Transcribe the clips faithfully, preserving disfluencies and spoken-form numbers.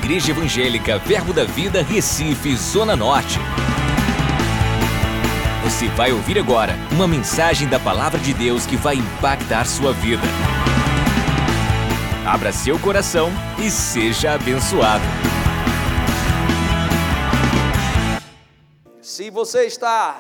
Igreja Evangélica Verbo da Vida, Recife, Zona Norte. Você vai ouvir agora uma mensagem da Palavra de Deus que vai impactar sua vida. Abra seu coração e seja abençoado. Se você está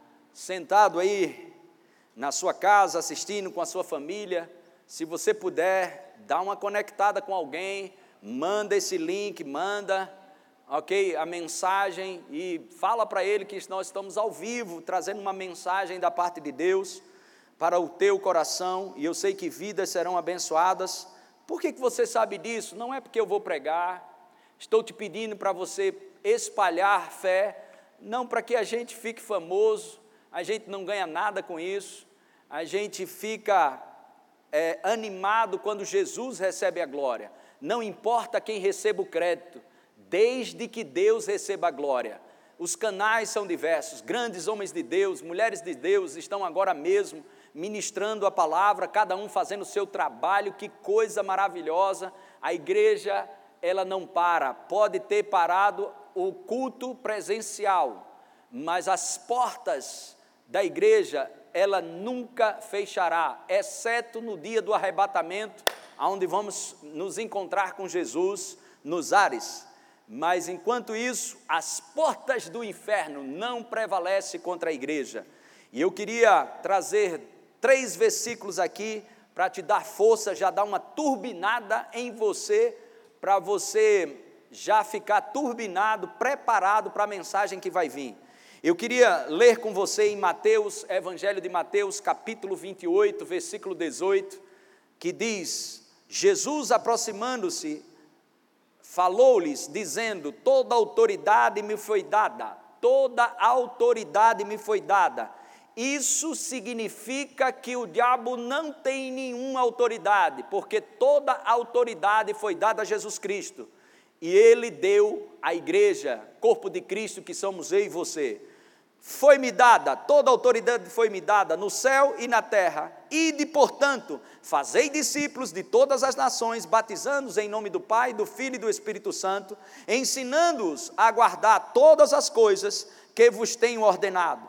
sentado aí na sua casa, assistindo com a sua família, se você puder, dá uma conectada com alguém, manda esse link, manda, ok, a mensagem e fala para ele que nós estamos ao vivo, trazendo uma mensagem da parte de Deus para o teu coração, e eu sei que vidas serão abençoadas. Por que que você sabe disso? Não é porque eu vou pregar, estou te pedindo para você espalhar fé, não para que a gente fique famoso, a gente não ganha nada com isso, a gente fica é, animado quando Jesus recebe a glória. Não importa quem receba o crédito, desde que Deus receba a glória. Os canais são diversos, grandes homens de Deus, mulheres de Deus estão agora mesmo ministrando a palavra, cada um fazendo o seu trabalho, que coisa maravilhosa. A igreja, ela não para, pode ter parado o culto presencial, mas as portas da igreja, ela nunca fechará, exceto no dia do arrebatamento, onde vamos nos encontrar com Jesus nos ares. Mas enquanto isso, as portas do inferno não prevalecem contra a igreja. E eu queria trazer três versículos aqui para te dar força, já dar uma turbinada em você, para você já ficar turbinado, preparado para a mensagem que vai vir. Eu queria ler com você em Mateus, Evangelho de Mateus, capítulo vinte e oito, versículo dezoito, que diz: Jesus, aproximando-se, falou-lhes, dizendo: toda autoridade me foi dada, toda autoridade me foi dada. Isso significa que o diabo não tem nenhuma autoridade, porque toda autoridade foi dada a Jesus Cristo, e Ele deu à igreja, corpo de Cristo, que somos eu e você. Foi-me dada, toda autoridade foi-me dada no céu e na terra. Ide, portanto, fazei discípulos de todas as nações, batizando-os em nome do Pai, do Filho e do Espírito Santo, ensinando-os a guardar todas as coisas que vos tenho ordenado.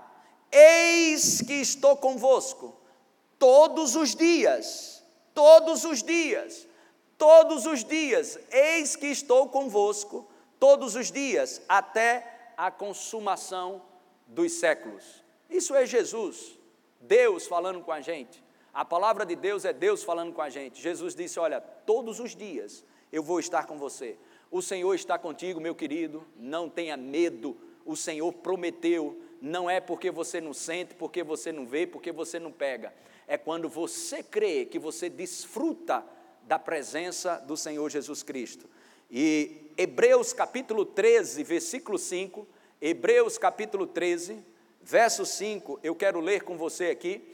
Eis que estou convosco todos os dias, todos os dias, todos os dias, eis que estou convosco todos os dias, até a consumação dos séculos. Isso é Jesus, Deus falando com a gente. A palavra de Deus é Deus falando com a gente. Jesus disse: olha, todos os dias eu vou estar com você. O Senhor está contigo, meu querido, não tenha medo. O Senhor prometeu. Não é porque você não sente, porque você não vê, porque você não pega. É quando você crê que você desfruta da presença do Senhor Jesus Cristo. E Hebreus capítulo treze, versículo cinco, Hebreus capítulo treze, verso cinco, eu quero ler com você aqui.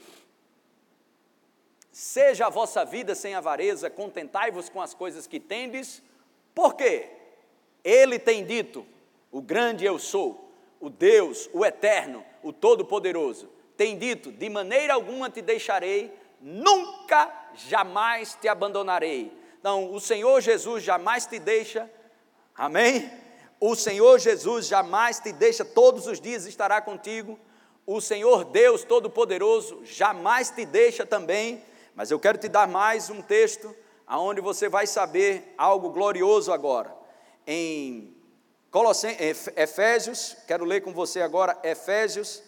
Seja a vossa vida sem avareza, contentai-vos com as coisas que tendes, porque Ele tem dito, o grande eu sou, o Deus, o eterno, o todo-poderoso, tem dito: de maneira alguma te deixarei, nunca, jamais te abandonarei. Então, o Senhor Jesus jamais te deixa, amém? O Senhor Jesus jamais te deixa, todos os dias estará contigo. O Senhor Deus Todo-Poderoso jamais te deixa também. Mas eu quero te dar mais um texto, onde você vai saber algo glorioso agora. Em Colossen... Efésios, quero ler com você agora, Efésios,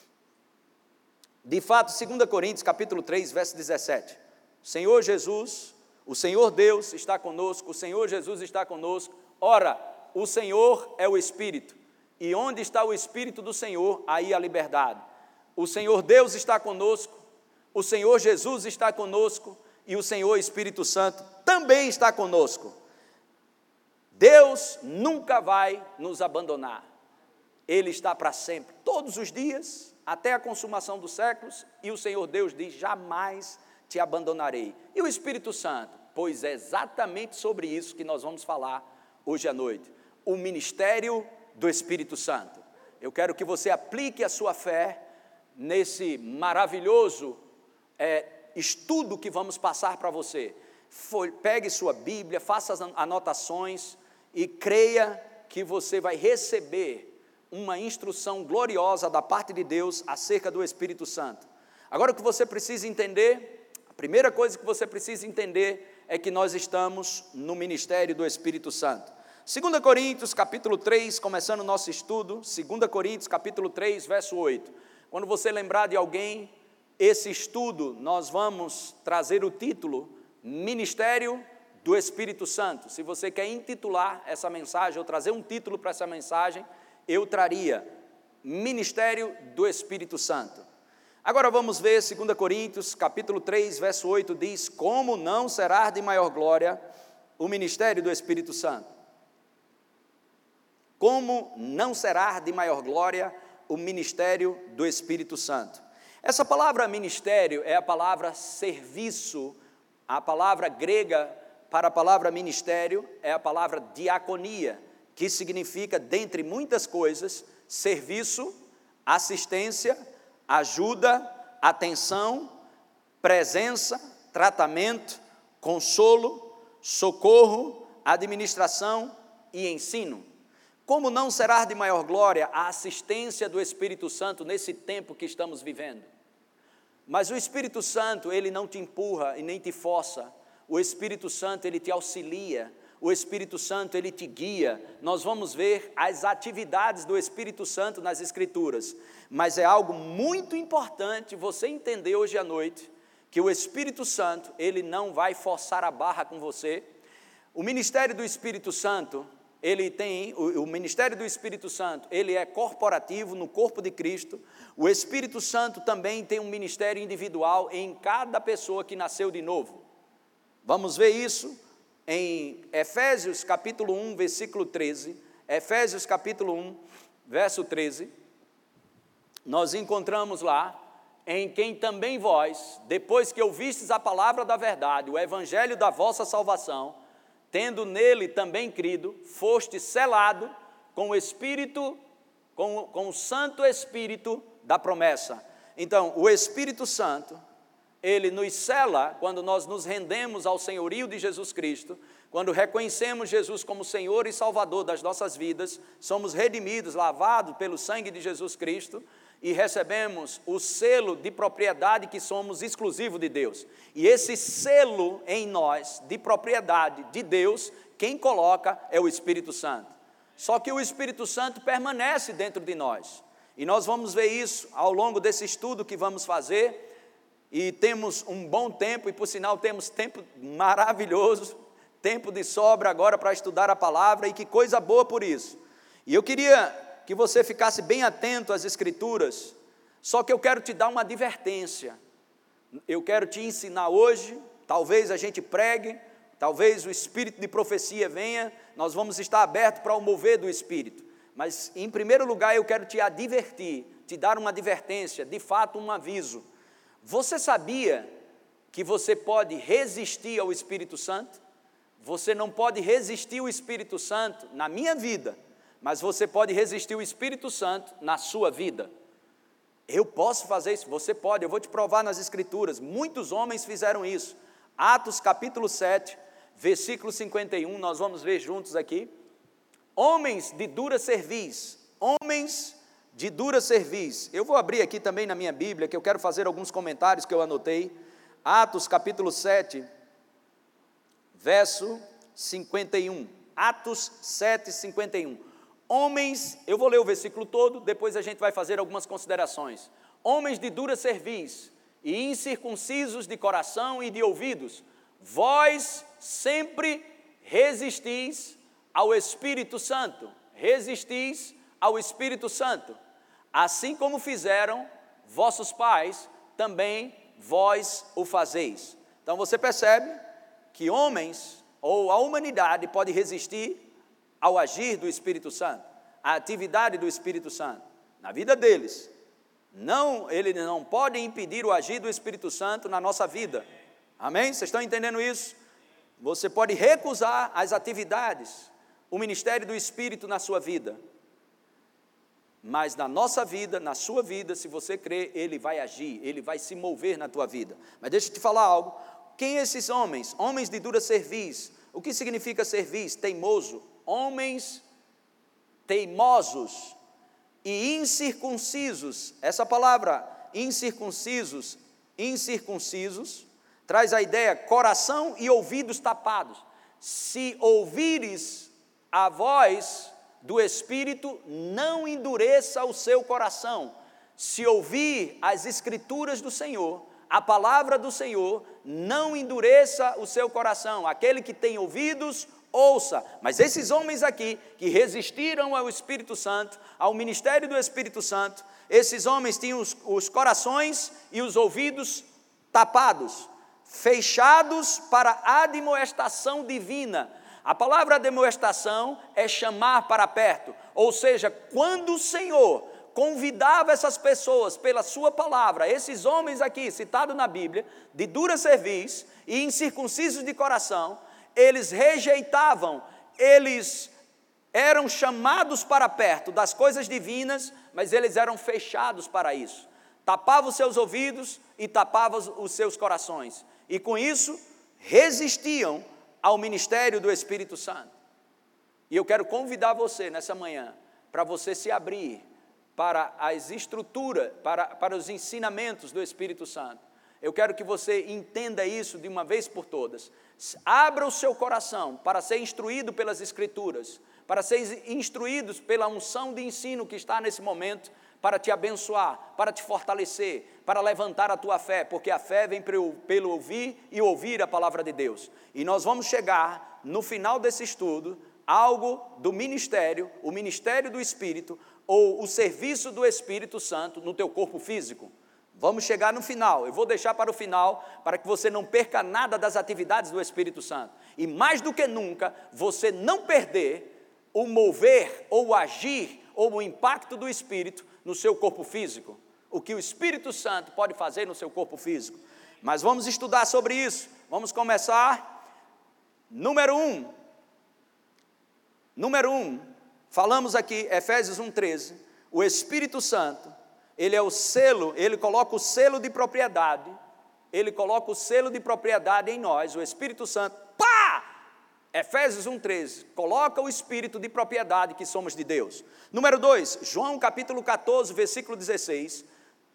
de fato, segunda Coríntios, capítulo três, verso dezessete. O Senhor Jesus, o Senhor Deus está conosco, o Senhor Jesus está conosco. Ora, o Senhor é o Espírito, e onde está o Espírito do Senhor, aí a liberdade. O Senhor Deus está conosco, o Senhor Jesus está conosco, e o Senhor Espírito Santo também está conosco. Deus nunca vai nos abandonar, Ele está para sempre, todos os dias, até a consumação dos séculos, e o Senhor Deus diz: jamais te abandonarei. E o Espírito Santo? Pois é exatamente sobre isso que nós vamos falar hoje à noite. O ministério do Espírito Santo. Eu quero que você aplique a sua fé nesse maravilhoso é, estudo que vamos passar para você. Foi, pegue sua Bíblia, faça as anotações e creia que você vai receber uma instrução gloriosa da parte de Deus acerca do Espírito Santo. Agora o que você precisa entender, a primeira coisa que você precisa entender é que nós estamos no ministério do Espírito Santo. Segunda Coríntios capítulo três, começando o nosso estudo, Segunda Coríntios capítulo três, verso oito. Quando você lembrar de alguém, esse estudo, nós vamos trazer o título Ministério do Espírito Santo. Se você quer intitular essa mensagem, ou trazer um título para essa mensagem, eu traria Ministério do Espírito Santo. Agora vamos ver Segunda Coríntios, capítulo três, verso oito, diz: como não será de maior glória o ministério do Espírito Santo? Como não será de maior glória o ministério do Espírito Santo? Essa palavra ministério é a palavra serviço, a palavra grega para a palavra ministério é a palavra diaconia, que significa, dentre muitas coisas, serviço, assistência, ajuda, atenção, presença, tratamento, consolo, socorro, administração e ensino. Como não será de maior glória a assistência do Espírito Santo nesse tempo que estamos vivendo? Mas o Espírito Santo, ele não te empurra e nem te força. O Espírito Santo, ele te auxilia. O Espírito Santo, ele te guia. Nós vamos ver as atividades do Espírito Santo nas Escrituras, mas é algo muito importante você entender hoje à noite, que o Espírito Santo, ele não vai forçar a barra com você. O ministério do Espírito Santo, ele tem, o, o ministério do Espírito Santo, ele é corporativo no corpo de Cristo. O Espírito Santo também tem um ministério individual em cada pessoa que nasceu de novo. Vamos ver isso em Efésios capítulo um, versículo treze, Efésios capítulo um, verso treze, nós encontramos lá, em quem também vós, depois que ouvistes a palavra da verdade, o evangelho da vossa salvação, tendo nele também crido, foste selado com o Espírito, com, com o Santo Espírito da promessa. Então, o Espírito Santo, ele nos sela quando nós nos rendemos ao senhorio de Jesus Cristo, quando reconhecemos Jesus como Senhor e Salvador das nossas vidas, somos redimidos, lavados pelo sangue de Jesus Cristo e recebemos o selo de propriedade que somos exclusivo de Deus. E esse selo em nós, de propriedade de Deus, quem coloca é o Espírito Santo. Só que o Espírito Santo permanece dentro de nós. E nós vamos ver isso ao longo desse estudo que vamos fazer. E temos um bom tempo, e por sinal temos tempo maravilhoso, tempo de sobra agora para estudar a palavra, e que coisa boa por isso. E eu queria que você ficasse bem atento às Escrituras, só que eu quero te dar uma advertência. Eu quero te ensinar hoje, talvez a gente pregue, talvez o Espírito de profecia venha, nós vamos estar abertos para o mover do Espírito. Mas, em primeiro lugar, eu quero te advertir, te dar uma advertência, de fato um aviso. Você sabia que você pode resistir ao Espírito Santo? Você não pode resistir ao Espírito Santo na minha vida, mas você pode resistir ao Espírito Santo na sua vida. Eu posso fazer isso? Você pode, eu vou te provar nas Escrituras. Muitos homens fizeram isso. Atos capítulo sete, versículo cinquenta e um, nós vamos ver juntos aqui. Homens de dura cerviz, homens de dura cerviz. Eu vou abrir aqui também na minha Bíblia, que eu quero fazer alguns comentários que eu anotei. Atos capítulo sete, verso cinquenta e um. Atos sete, cinquenta e um. Homens, eu vou ler o versículo todo, depois a gente vai fazer algumas considerações. Homens de dura cerviz e incircuncisos de coração e de ouvidos, vós sempre resistis ao Espírito Santo, resistis ao Espírito Santo, assim como fizeram vossos pais, também vós o fazeis. Então você percebe que homens, ou a humanidade pode resistir ao agir do Espírito Santo, à atividade do Espírito Santo, na vida deles. Não, ele não pode impedir o agir do Espírito Santo na nossa vida. Amém? Vocês estão entendendo isso? Você pode recusar as atividades, o ministério do Espírito na sua vida, mas na nossa vida, na sua vida, se você crer, ele vai agir, ele vai se mover na tua vida. Mas deixa eu te falar algo. Quem são esses homens? Homens de dura cerviz. O que significa cerviz? Teimoso, homens teimosos e incircuncisos. Essa palavra incircuncisos, incircuncisos, traz a ideia coração e ouvidos tapados. Se ouvires a voz do Espírito, não endureça o seu coração. Se ouvir as escrituras do Senhor, a palavra do Senhor, não endureça o seu coração. Aquele que tem ouvidos, ouça. Mas esses homens aqui, que resistiram ao Espírito Santo, ao ministério do Espírito Santo, esses homens tinham os, os corações e os ouvidos tapados, fechados para a admoestação divina. A palavra admoestação é chamar para perto, ou seja, quando o Senhor convidava essas pessoas pela sua palavra, esses homens aqui citados na Bíblia, de dura cerviz e incircuncisos de coração, eles rejeitavam, eles eram chamados para perto das coisas divinas, mas eles eram fechados para isso. Tapavam os seus ouvidos e tapavam os seus corações. E com isso, resistiam ao ministério do Espírito Santo. E eu quero convidar você nessa manhã, para você se abrir para as estruturas, para, para os ensinamentos do Espírito Santo. Eu quero que você entenda isso de uma vez por todas. Abra o seu coração para ser instruído pelas Escrituras, para ser instruídos pela unção de ensino que está nesse momento, para te abençoar, para te fortalecer, para levantar a tua fé, porque a fé vem pelo ouvir e ouvir a palavra de Deus. E nós vamos chegar, no final desse estudo, algo do ministério, o ministério do Espírito, ou o serviço do Espírito Santo no teu corpo físico. Vamos chegar no final, eu vou deixar para o final, para que você não perca nada das atividades do Espírito Santo. E mais do que nunca, você não perder o mover, ou o agir, ou o impacto do Espírito no seu corpo físico. O que o Espírito Santo pode fazer no seu corpo físico. Mas vamos estudar sobre isso. Vamos começar. Número um. Número um. Falamos aqui, Efésios um, treze. O Espírito Santo, ele é o selo, ele coloca o selo de propriedade. Ele coloca o selo de propriedade em nós. O Espírito Santo, pá! Efésios um, treze, coloca o espírito de propriedade que somos de Deus. Número dois, João capítulo catorze, versículo dezesseis,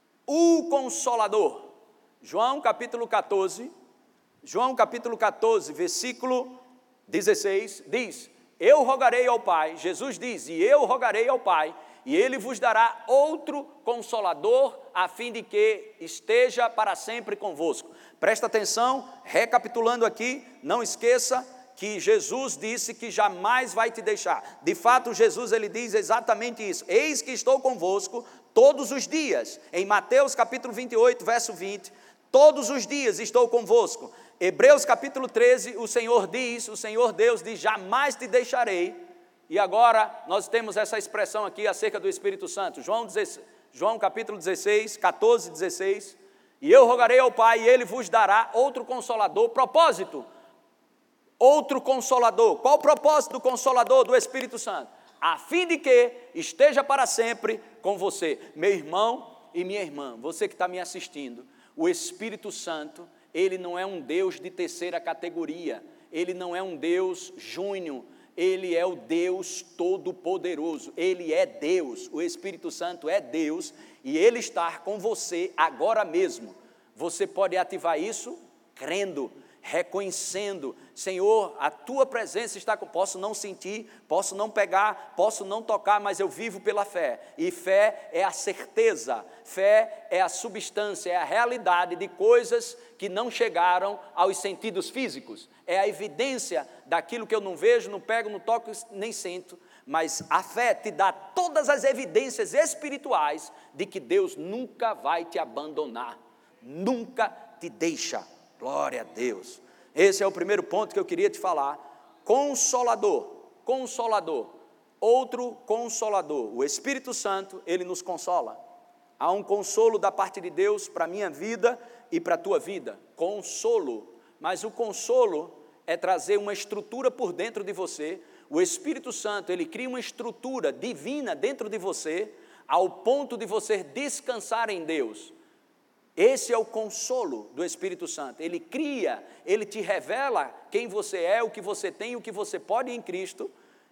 o Consolador. João capítulo catorze, João capítulo catorze, versículo dezesseis, diz, eu rogarei ao Pai, Jesus diz, e eu rogarei ao Pai, e Ele vos dará outro Consolador, a fim de que esteja para sempre convosco. Presta atenção, recapitulando aqui, não esqueça, que Jesus disse que jamais vai te deixar. De fato, Jesus ele diz exatamente isso. Eis que estou convosco todos os dias. Em Mateus capítulo vinte e oito, verso vinte, todos os dias estou convosco. Hebreus capítulo treze, o Senhor diz, o Senhor Deus diz, jamais te deixarei. E agora nós temos essa expressão aqui acerca do Espírito Santo. João, dezesseis, João capítulo dezesseis, catorze, dezesseis. E eu rogarei ao Pai e Ele vos dará outro Consolador. Propósito. Outro Consolador. Qual o propósito do Consolador do Espírito Santo? A fim de que esteja para sempre com você. Meu irmão e minha irmã, você que está me assistindo, o Espírito Santo, ele não é um Deus de terceira categoria, ele não é um Deus júnior, ele é o Deus Todo-Poderoso, ele é Deus, o Espírito Santo é Deus, e ele está com você agora mesmo. Você pode ativar isso crendo, reconhecendo, Senhor, a tua presença está com, posso não sentir, posso não pegar, posso não tocar, mas eu vivo pela fé, e fé é a certeza, fé é a substância, é a realidade de coisas que não chegaram aos sentidos físicos, é a evidência daquilo que eu não vejo, não pego, não toco, nem sinto, mas a fé te dá todas as evidências espirituais de que Deus nunca vai te abandonar, nunca te deixa. Glória a Deus. Esse é o primeiro ponto que eu queria te falar. Consolador, Consolador, outro Consolador. O Espírito Santo, ele nos consola. Há um consolo da parte de Deus para a minha vida e para a tua vida. Consolo. Mas o consolo é trazer uma estrutura por dentro de você. O Espírito Santo, ele cria uma estrutura divina dentro de você, ao ponto de você descansar em Deus. Esse é o consolo do Espírito Santo. Ele cria, ele te revela quem você é, o que você tem, o que você pode em Cristo,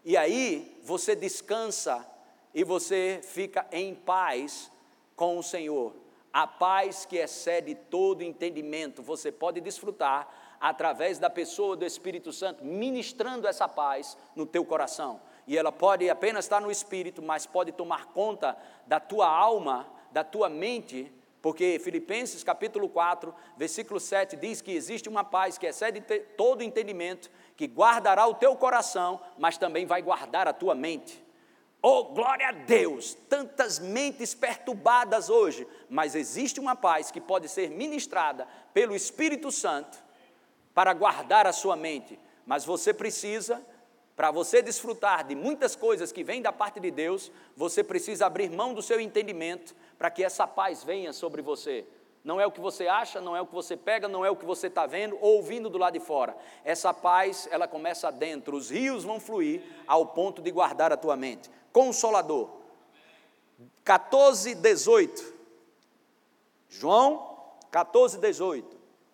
E aí você descansa e você fica em paz com o Senhor. A paz que excede todo entendimento, você pode desfrutar através da pessoa do Espírito Santo, ministrando essa paz no teu coração. E ela pode apenas estar no Espírito, mas pode tomar conta da tua alma, da tua mente, porque Filipenses capítulo quatro, versículo sete, diz que existe uma paz que excede todo entendimento, que guardará o teu coração, mas também vai guardar a tua mente. Oh, glória a Deus, tantas mentes perturbadas hoje, mas existe uma paz que pode ser ministrada pelo Espírito Santo para guardar a sua mente, mas você precisa, para você desfrutar de muitas coisas que vêm da parte de Deus, você precisa abrir mão do seu entendimento para que essa paz venha sobre você. Não é o que você acha, não é o que você pega, não é o que você está vendo ou ouvindo do lado de fora. Essa paz, ela começa dentro, os rios vão fluir ao ponto de guardar a tua mente. Consolador, quatorze, dezoito, João quatorze, dezoito.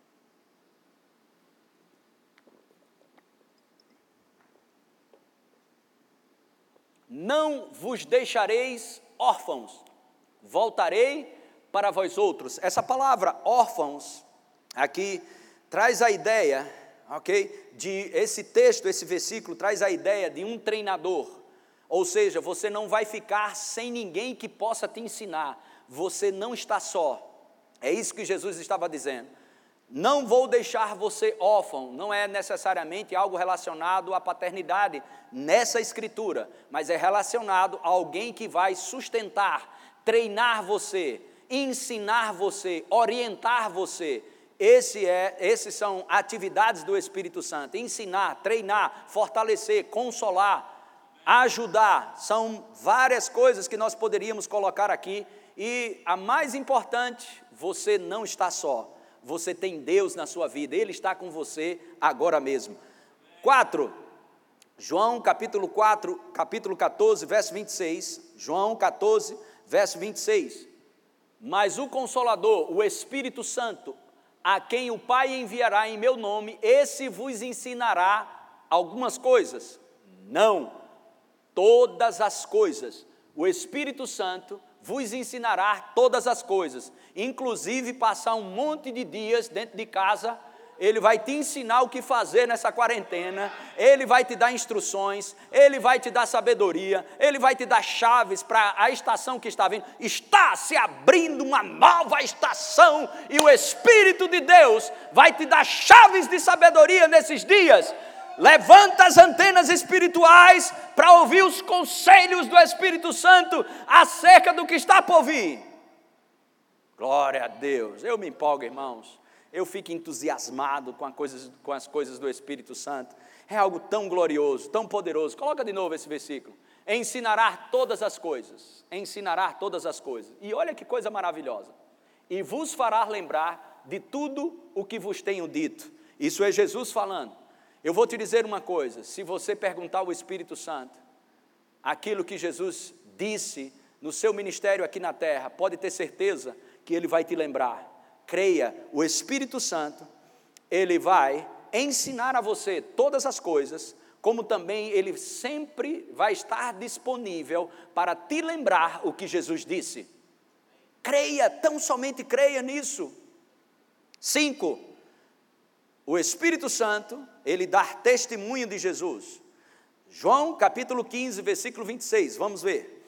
Não vos deixareis órfãos, voltarei para vós outros. Essa palavra órfãos aqui traz a ideia, ok? De esse texto, esse versículo traz a ideia de um treinador. Ou seja, você não vai ficar sem ninguém que possa te ensinar. Você não está só. É isso que Jesus estava dizendo. Não vou deixar você órfão. Não é necessariamente algo relacionado à paternidade nessa escritura, mas é relacionado a alguém que vai sustentar, treinar você, ensinar você, orientar você. Esse é, esses são atividades do Espírito Santo. Ensinar, treinar, fortalecer, consolar, ajudar, são várias coisas que nós poderíamos colocar aqui, e a mais importante, você não está só, você tem Deus na sua vida, Ele está com você agora mesmo. quatro, João capítulo quatro, capítulo quatorze, verso vinte e seis, João quatorze, verso vinte e seis, mas o Consolador, o Espírito Santo, a quem o Pai enviará em meu nome, esse vos ensinará algumas coisas, não todas as coisas. O Espírito Santo vos ensinará todas as coisas, inclusive passar um monte de dias dentro de casa. Ele vai te ensinar o que fazer nessa quarentena, Ele vai te dar instruções, Ele vai te dar sabedoria, Ele vai te dar chaves para a estação que está vindo. Está se abrindo uma nova estação e o Espírito de Deus vai te dar chaves de sabedoria nesses dias. Levanta as antenas espirituais para ouvir os conselhos do Espírito Santo acerca do que está por vir. Glória a Deus. Eu me empolgo, irmãos. Eu fico entusiasmado com, a coisas, com as coisas do Espírito Santo. É algo tão glorioso, tão poderoso. Coloca de novo esse versículo. Ensinará todas as coisas. Ensinará todas as coisas. E olha que coisa maravilhosa. E vos fará lembrar de tudo o que vos tenho dito. Isso é Jesus falando. Eu vou te dizer uma coisa, se você perguntar ao Espírito Santo, aquilo que Jesus disse no seu ministério aqui na terra, pode ter certeza que Ele vai te lembrar. Creia, o Espírito Santo, Ele vai ensinar a você todas as coisas, como também Ele sempre vai estar disponível para te lembrar o que Jesus disse. Creia, tão somente creia nisso. Cinco. O Espírito Santo, Ele dá testemunho de Jesus. João capítulo quinze, versículo vinte e seis, vamos ver.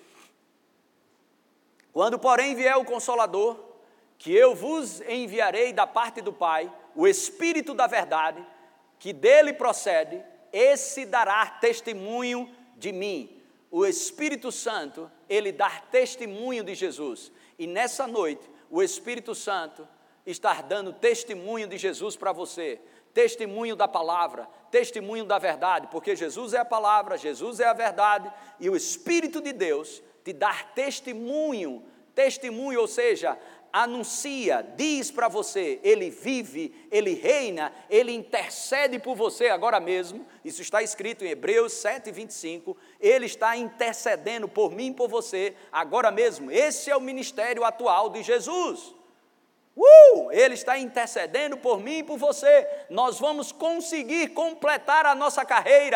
Quando, porém, vier o Consolador, que eu vos enviarei da parte do Pai, o Espírito da verdade, que dele procede, esse dará testemunho de mim. O Espírito Santo, Ele dá testemunho de Jesus. E nessa noite, o Espírito Santo estar dando testemunho de Jesus para você, testemunho da palavra, testemunho da verdade, porque Jesus é a palavra, Jesus é a verdade, e o Espírito de Deus te dá testemunho, testemunho, ou seja, anuncia, diz para você, Ele vive, Ele reina, Ele intercede por você agora mesmo. Isso está escrito em Hebreus sete, vinte e cinco, Ele está intercedendo por mim e por você agora mesmo. Esse é o ministério atual de Jesus. Uh, Ele está intercedendo por mim e por você. Nós vamos conseguir completar a nossa carreira,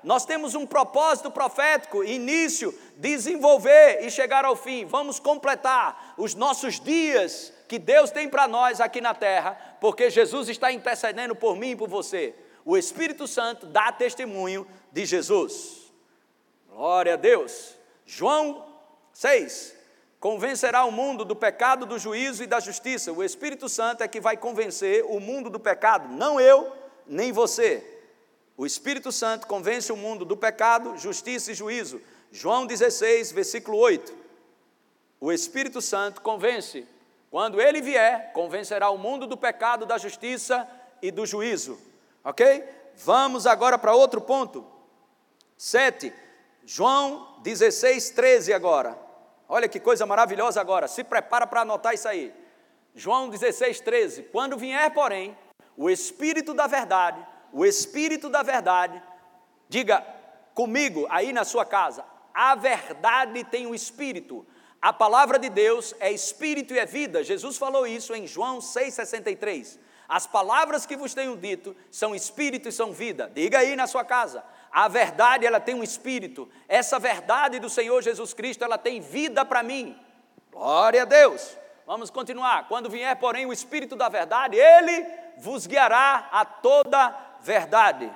nós temos um propósito profético, início, desenvolver e chegar ao fim. Vamos completar os nossos dias que Deus tem para nós aqui na terra, porque Jesus está intercedendo por mim e por você. O Espírito Santo dá testemunho de Jesus. Glória a Deus. João seis. Convencerá o mundo do pecado, do juízo e da justiça. O Espírito Santo é que vai convencer o mundo do pecado, não eu, nem você. O Espírito Santo convence o mundo do pecado, justiça e juízo. João dezesseis, versículo oito. O Espírito Santo convence. Quando ele vier, convencerá o mundo do pecado, da justiça e do juízo. Ok? Vamos agora para outro ponto. sete. João dezesseis, treze agora. Olha que coisa maravilhosa agora. Se prepara para anotar isso aí. João dezesseis, treze. Quando vier, porém, o Espírito da verdade, o Espírito da verdade, diga comigo aí na sua casa, a verdade tem um Espírito. A palavra de Deus é Espírito e é vida. Jesus falou isso em João seis, sessenta e três. As palavras que vos tenho dito são Espírito e são vida. Diga aí na sua casa, a verdade ela tem um Espírito. Essa verdade do Senhor Jesus Cristo, ela tem vida para mim. Glória a Deus. Vamos continuar. Quando vier, porém, o Espírito da verdade, Ele vos guiará a toda verdade.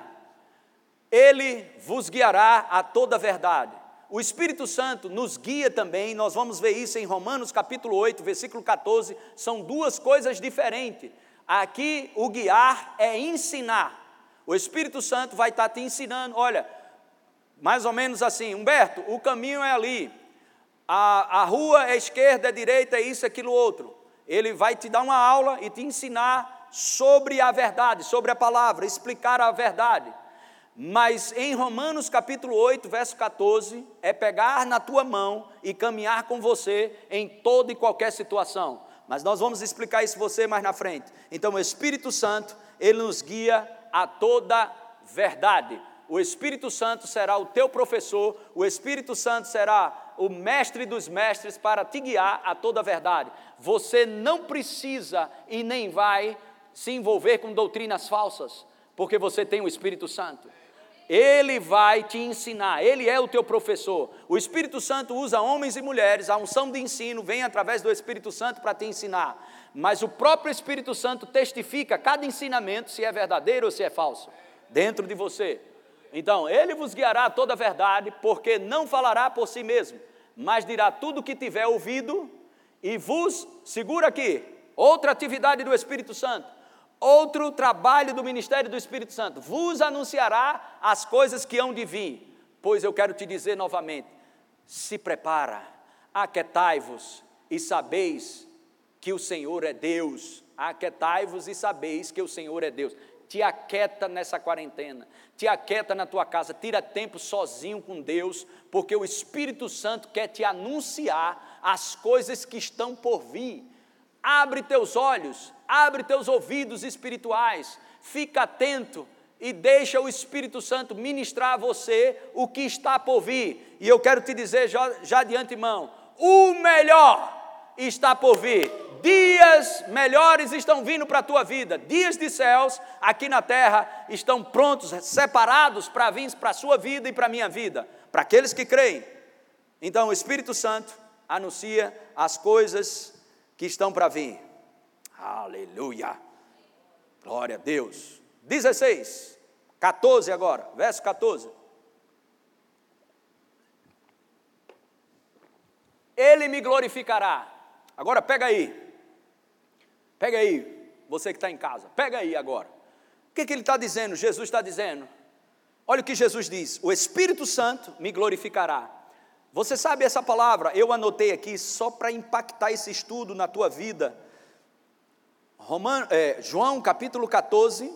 Ele vos guiará a toda verdade. O Espírito Santo nos guia também, nós vamos ver isso em Romanos capítulo oito, versículo catorze, são duas coisas diferentes. Aqui o guiar é ensinar. O Espírito Santo vai estar te ensinando, olha, mais ou menos assim, Humberto, o caminho é ali, a, a rua é esquerda, é direita, é isso, aquilo, outro. Ele vai te dar uma aula e te ensinar sobre a verdade, sobre a palavra, explicar a verdade. Mas em Romanos capítulo oito, verso catorze, é pegar na tua mão e caminhar com você em toda e qualquer situação. Mas nós vamos explicar isso você mais na frente. Então o Espírito Santo, ele nos guia a toda verdade. O Espírito Santo será o teu professor, o Espírito Santo será o mestre dos mestres para te guiar a toda verdade. Você não precisa e nem vai se envolver com doutrinas falsas, porque você tem o Espírito Santo. Ele vai te ensinar, Ele é o teu professor. O Espírito Santo usa homens e mulheres, a unção de ensino vem através do Espírito Santo para te ensinar. Mas o próprio Espírito Santo testifica cada ensinamento, se é verdadeiro ou se é falso, dentro de você. Então, Ele vos guiará a toda a verdade, porque não falará por si mesmo, mas dirá tudo o que tiver ouvido e vos, segura aqui, outra atividade do Espírito Santo. Outro trabalho do ministério do Espírito Santo, vos anunciará as coisas que hão de vir. Pois eu quero te dizer novamente, se prepara, aquietai-vos e sabeis que o Senhor é Deus. Aquietai-vos e sabeis que o Senhor é Deus. Te aquieta nessa quarentena, te aquieta na tua casa, tira tempo sozinho com Deus, porque o Espírito Santo quer te anunciar as coisas que estão por vir. Abre teus olhos, abre teus ouvidos espirituais, fica atento e deixa o Espírito Santo ministrar a você o que está por vir. E eu quero te dizer já, já de antemão, o melhor está por vir. Dias melhores estão vindo para a tua vida, dias de céus aqui na terra estão prontos, separados para vir para a sua vida e para a minha vida, para aqueles que creem. Então o Espírito Santo anuncia as coisas que estão para vir. Aleluia, glória a Deus. dezesseis, catorze agora, verso catorze. Ele me glorificará. Agora pega aí, pega aí, você que está em casa, pega aí agora. O que, que ele está dizendo? Jesus está dizendo, olha o que Jesus diz, o Espírito Santo me glorificará. Você sabe essa palavra, eu anotei aqui só para impactar esse estudo na tua vida. Roman, é, João capítulo catorze,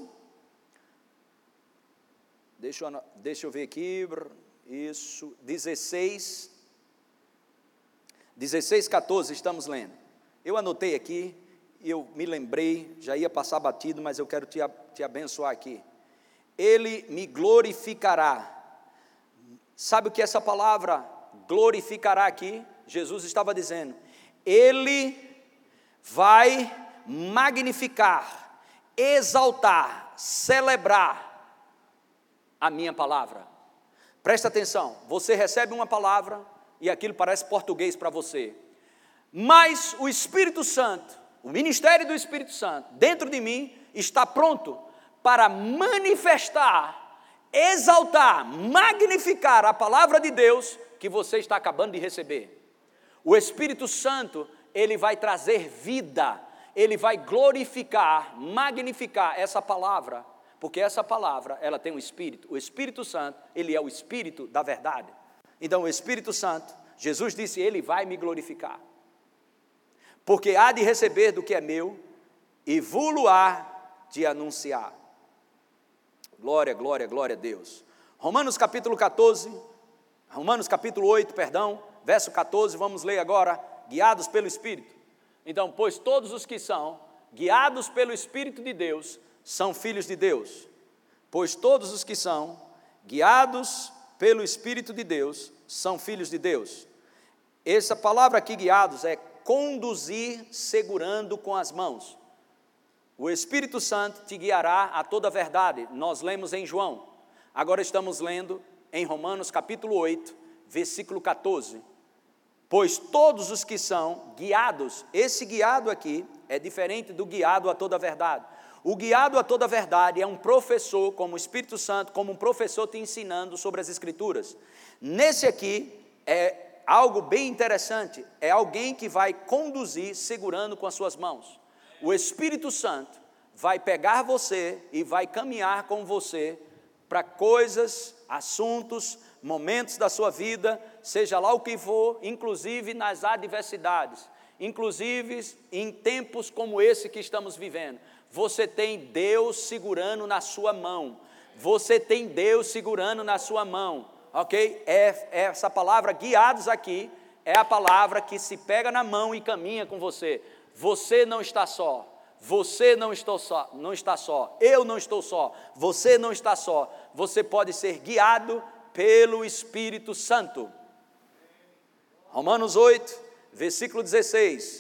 deixa eu, deixa eu ver aqui, isso, dezesseis, dezesseis, catorze, estamos lendo. Eu anotei aqui, eu me lembrei, já ia passar batido, mas eu quero te, te abençoar aqui. Ele me glorificará. Sabe o que essa palavra glorificará aqui? Jesus estava dizendo, Ele vai magnificar, exaltar, celebrar a minha palavra. Presta atenção, você recebe uma palavra e aquilo parece português para você. Mas o Espírito Santo, o ministério do Espírito Santo, dentro de mim, está pronto para manifestar, exaltar, magnificar a palavra de Deus que você está acabando de receber. O Espírito Santo, ele vai trazer vida, ele vai glorificar, magnificar essa palavra, porque essa palavra, ela tem um Espírito. O Espírito Santo, ele é o Espírito da verdade. Então, o Espírito Santo, Jesus disse, ele vai me glorificar, porque há de receber do que é meu e vulo há de anunciar. Glória, glória, glória a Deus. Romanos capítulo catorze, Romanos capítulo oito, perdão, verso catorze, vamos ler agora, guiados pelo Espírito. Então, pois todos os que são guiados pelo Espírito de Deus, são filhos de Deus. Pois todos os que são guiados pelo Espírito de Deus, são filhos de Deus. Essa palavra aqui, guiados, é conduzir segurando com as mãos. O Espírito Santo te guiará a toda a verdade. Nós lemos em João. Agora estamos lendo em Romanos capítulo oito, versículo catorze. Pois todos os que são guiados, esse guiado aqui é diferente do guiado a toda a verdade. O guiado a toda a verdade é um professor, como o Espírito Santo, como um professor te ensinando sobre as Escrituras. Nesse aqui é algo bem interessante, é alguém que vai conduzir segurando com as suas mãos. O Espírito Santo vai pegar você e vai caminhar com você para coisas, assuntos, momentos da sua vida, seja lá o que for, inclusive nas adversidades, inclusive em tempos como esse que estamos vivendo. Você tem Deus segurando na sua mão, você tem Deus segurando na sua mão, ok? É, é essa palavra guiados aqui, é a palavra que se pega na mão e caminha com você. Você não está só, você não está só, não está só, eu não estou só, você não está só, você pode ser guiado pelo Espírito Santo. Romanos oito, versículo dezesseis,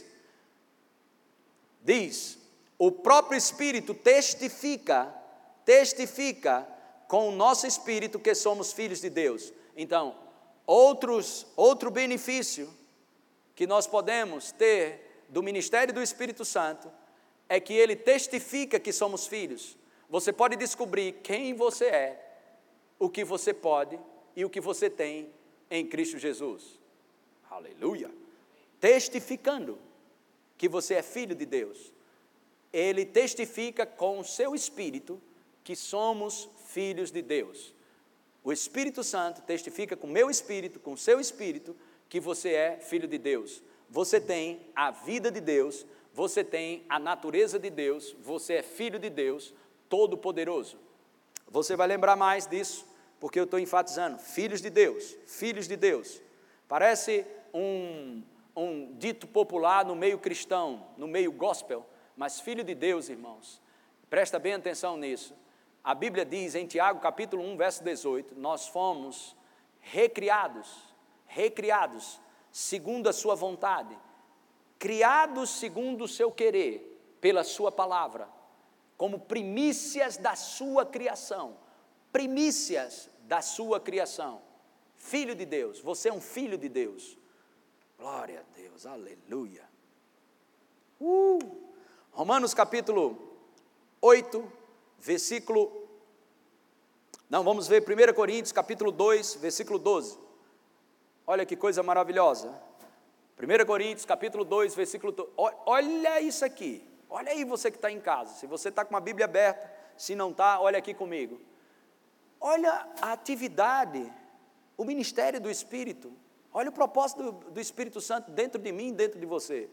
diz, o próprio Espírito testifica, testifica com o nosso Espírito que somos filhos de Deus. Então, outros, outro benefício que nós podemos ter do ministério do Espírito Santo é que ele testifica que somos filhos. Você pode descobrir quem você é, o que você pode e o que você tem em Cristo Jesus. Aleluia! Testificando que você é filho de Deus. Ele testifica com o seu Espírito que somos filhos de Deus. O Espírito Santo testifica com o meu Espírito, com o seu Espírito, que você é filho de Deus. Você tem a vida de Deus, você tem a natureza de Deus, você é filho de Deus, todo-poderoso. Você vai lembrar mais disso, porque eu estou enfatizando, filhos de Deus, filhos de Deus. Parece um, um dito popular no meio cristão, no meio gospel, mas filho de Deus, irmãos, presta bem atenção nisso. A Bíblia diz em Tiago capítulo um, verso dezoito, nós fomos recriados, recriados, segundo a sua vontade, criados segundo o seu querer, pela sua palavra, como primícias da sua criação, primícias da sua criação, filho de Deus, você é um filho de Deus, glória a Deus, aleluia. Uh! Romanos capítulo oito, versículo, não, vamos ver primeira Coríntios capítulo dois, versículo doze, olha que coisa maravilhosa, primeira Coríntios capítulo dois, versículo doze, olha isso aqui, olha aí você que está em casa, se você está com uma Bíblia aberta, se não está, olha aqui comigo, olha a atividade, o ministério do Espírito, olha o propósito do, do Espírito Santo dentro de mim e dentro de você.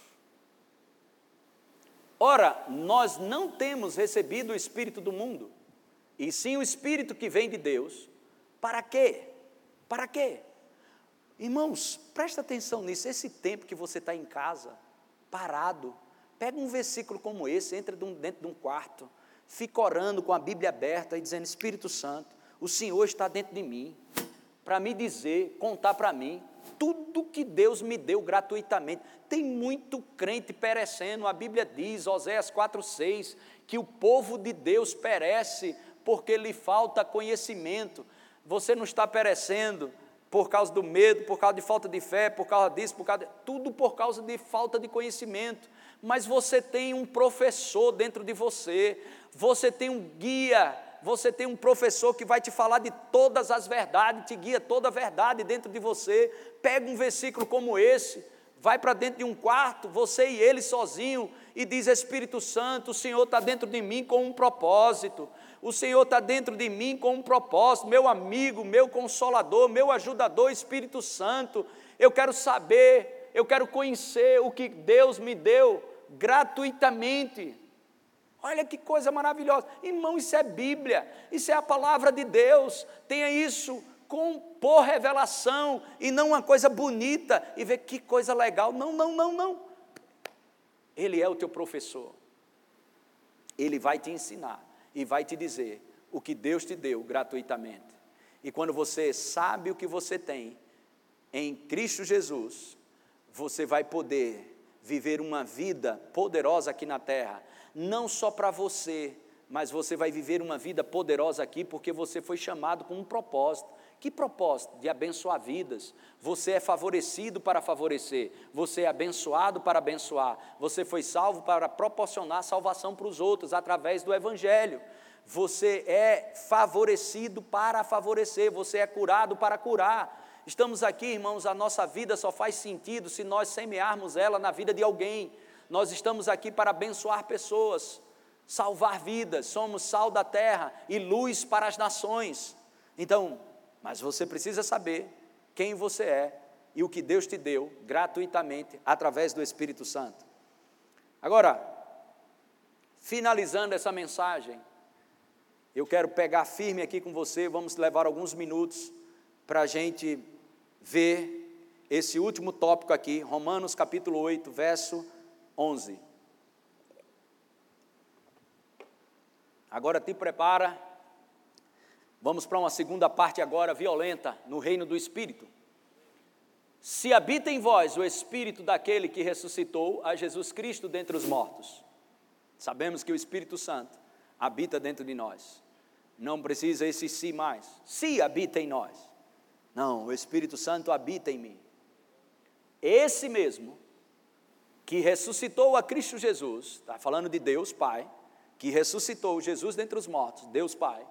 Ora, nós não temos recebido o Espírito do mundo, e sim o Espírito que vem de Deus. Para quê? Para quê? Irmãos, presta atenção nisso, esse tempo que você está em casa, parado, pega um versículo como esse, entra dentro de um quarto, fica orando com a Bíblia aberta e dizendo, Espírito Santo, o Senhor está dentro de mim, para me dizer, contar para mim, tudo que Deus me deu gratuitamente. Tem muito crente perecendo, a Bíblia diz, Oséias quatro, seis, que o povo de Deus perece porque lhe falta conhecimento. você não está perecendo por causa do medo, por causa de falta de fé, por causa disso, por causa de, tudo por causa de falta de conhecimento. Mas você tem um professor dentro de você, você tem um guia, você tem um professor que vai te falar de todas as verdades, te guia toda a verdade dentro de você. Pega um versículo como esse, vai para dentro de um quarto, você e ele sozinho, e diz: Espírito Santo, o Senhor está dentro de mim com um propósito, o Senhor está dentro de mim com um propósito, meu amigo, meu consolador, meu ajudador, Espírito Santo, eu quero saber, eu quero conhecer o que Deus me deu gratuitamente. Olha que coisa maravilhosa, irmão, isso é Bíblia, isso é a palavra de Deus. Tenha isso com por revelação, e não uma coisa bonita, e ver que coisa legal, não, não, não, não, Ele é o teu professor, Ele vai te ensinar, e vai te dizer o que Deus te deu gratuitamente. E quando você sabe o que você tem em Cristo Jesus, você vai poder viver uma vida poderosa aqui na terra, não só para você, mas você vai viver uma vida poderosa aqui, porque você foi chamado com um propósito. Que propósito? De abençoar vidas. Você é favorecido para favorecer, você é abençoado para abençoar, você foi salvo para proporcionar salvação para os outros, através do Evangelho. Você é favorecido para favorecer, você é curado para curar. Estamos aqui, irmãos, a nossa vida só faz sentido se nós semearmos ela na vida de alguém. Nós estamos aqui para abençoar pessoas, salvar vidas, somos sal da terra e luz para as nações. Então, mas você precisa saber quem você é e o que Deus te deu gratuitamente através do Espírito Santo. Agora, finalizando essa mensagem, eu quero pegar firme aqui com você, vamos levar alguns minutos para a gente ver esse último tópico aqui, Romanos capítulo oito, verso onze. Agora te prepara, vamos para uma segunda parte agora, violenta, no reino do Espírito. Se habita em vós o Espírito daquele que ressuscitou a Jesus Cristo dentre os mortos. Sabemos que o Espírito Santo habita dentro de nós. Não precisa esse si mais. Se habita em nós. Não, o Espírito Santo habita em mim. Esse mesmo que ressuscitou a Cristo Jesus, está falando de Deus Pai, que ressuscitou Jesus dentre os mortos, Deus Pai,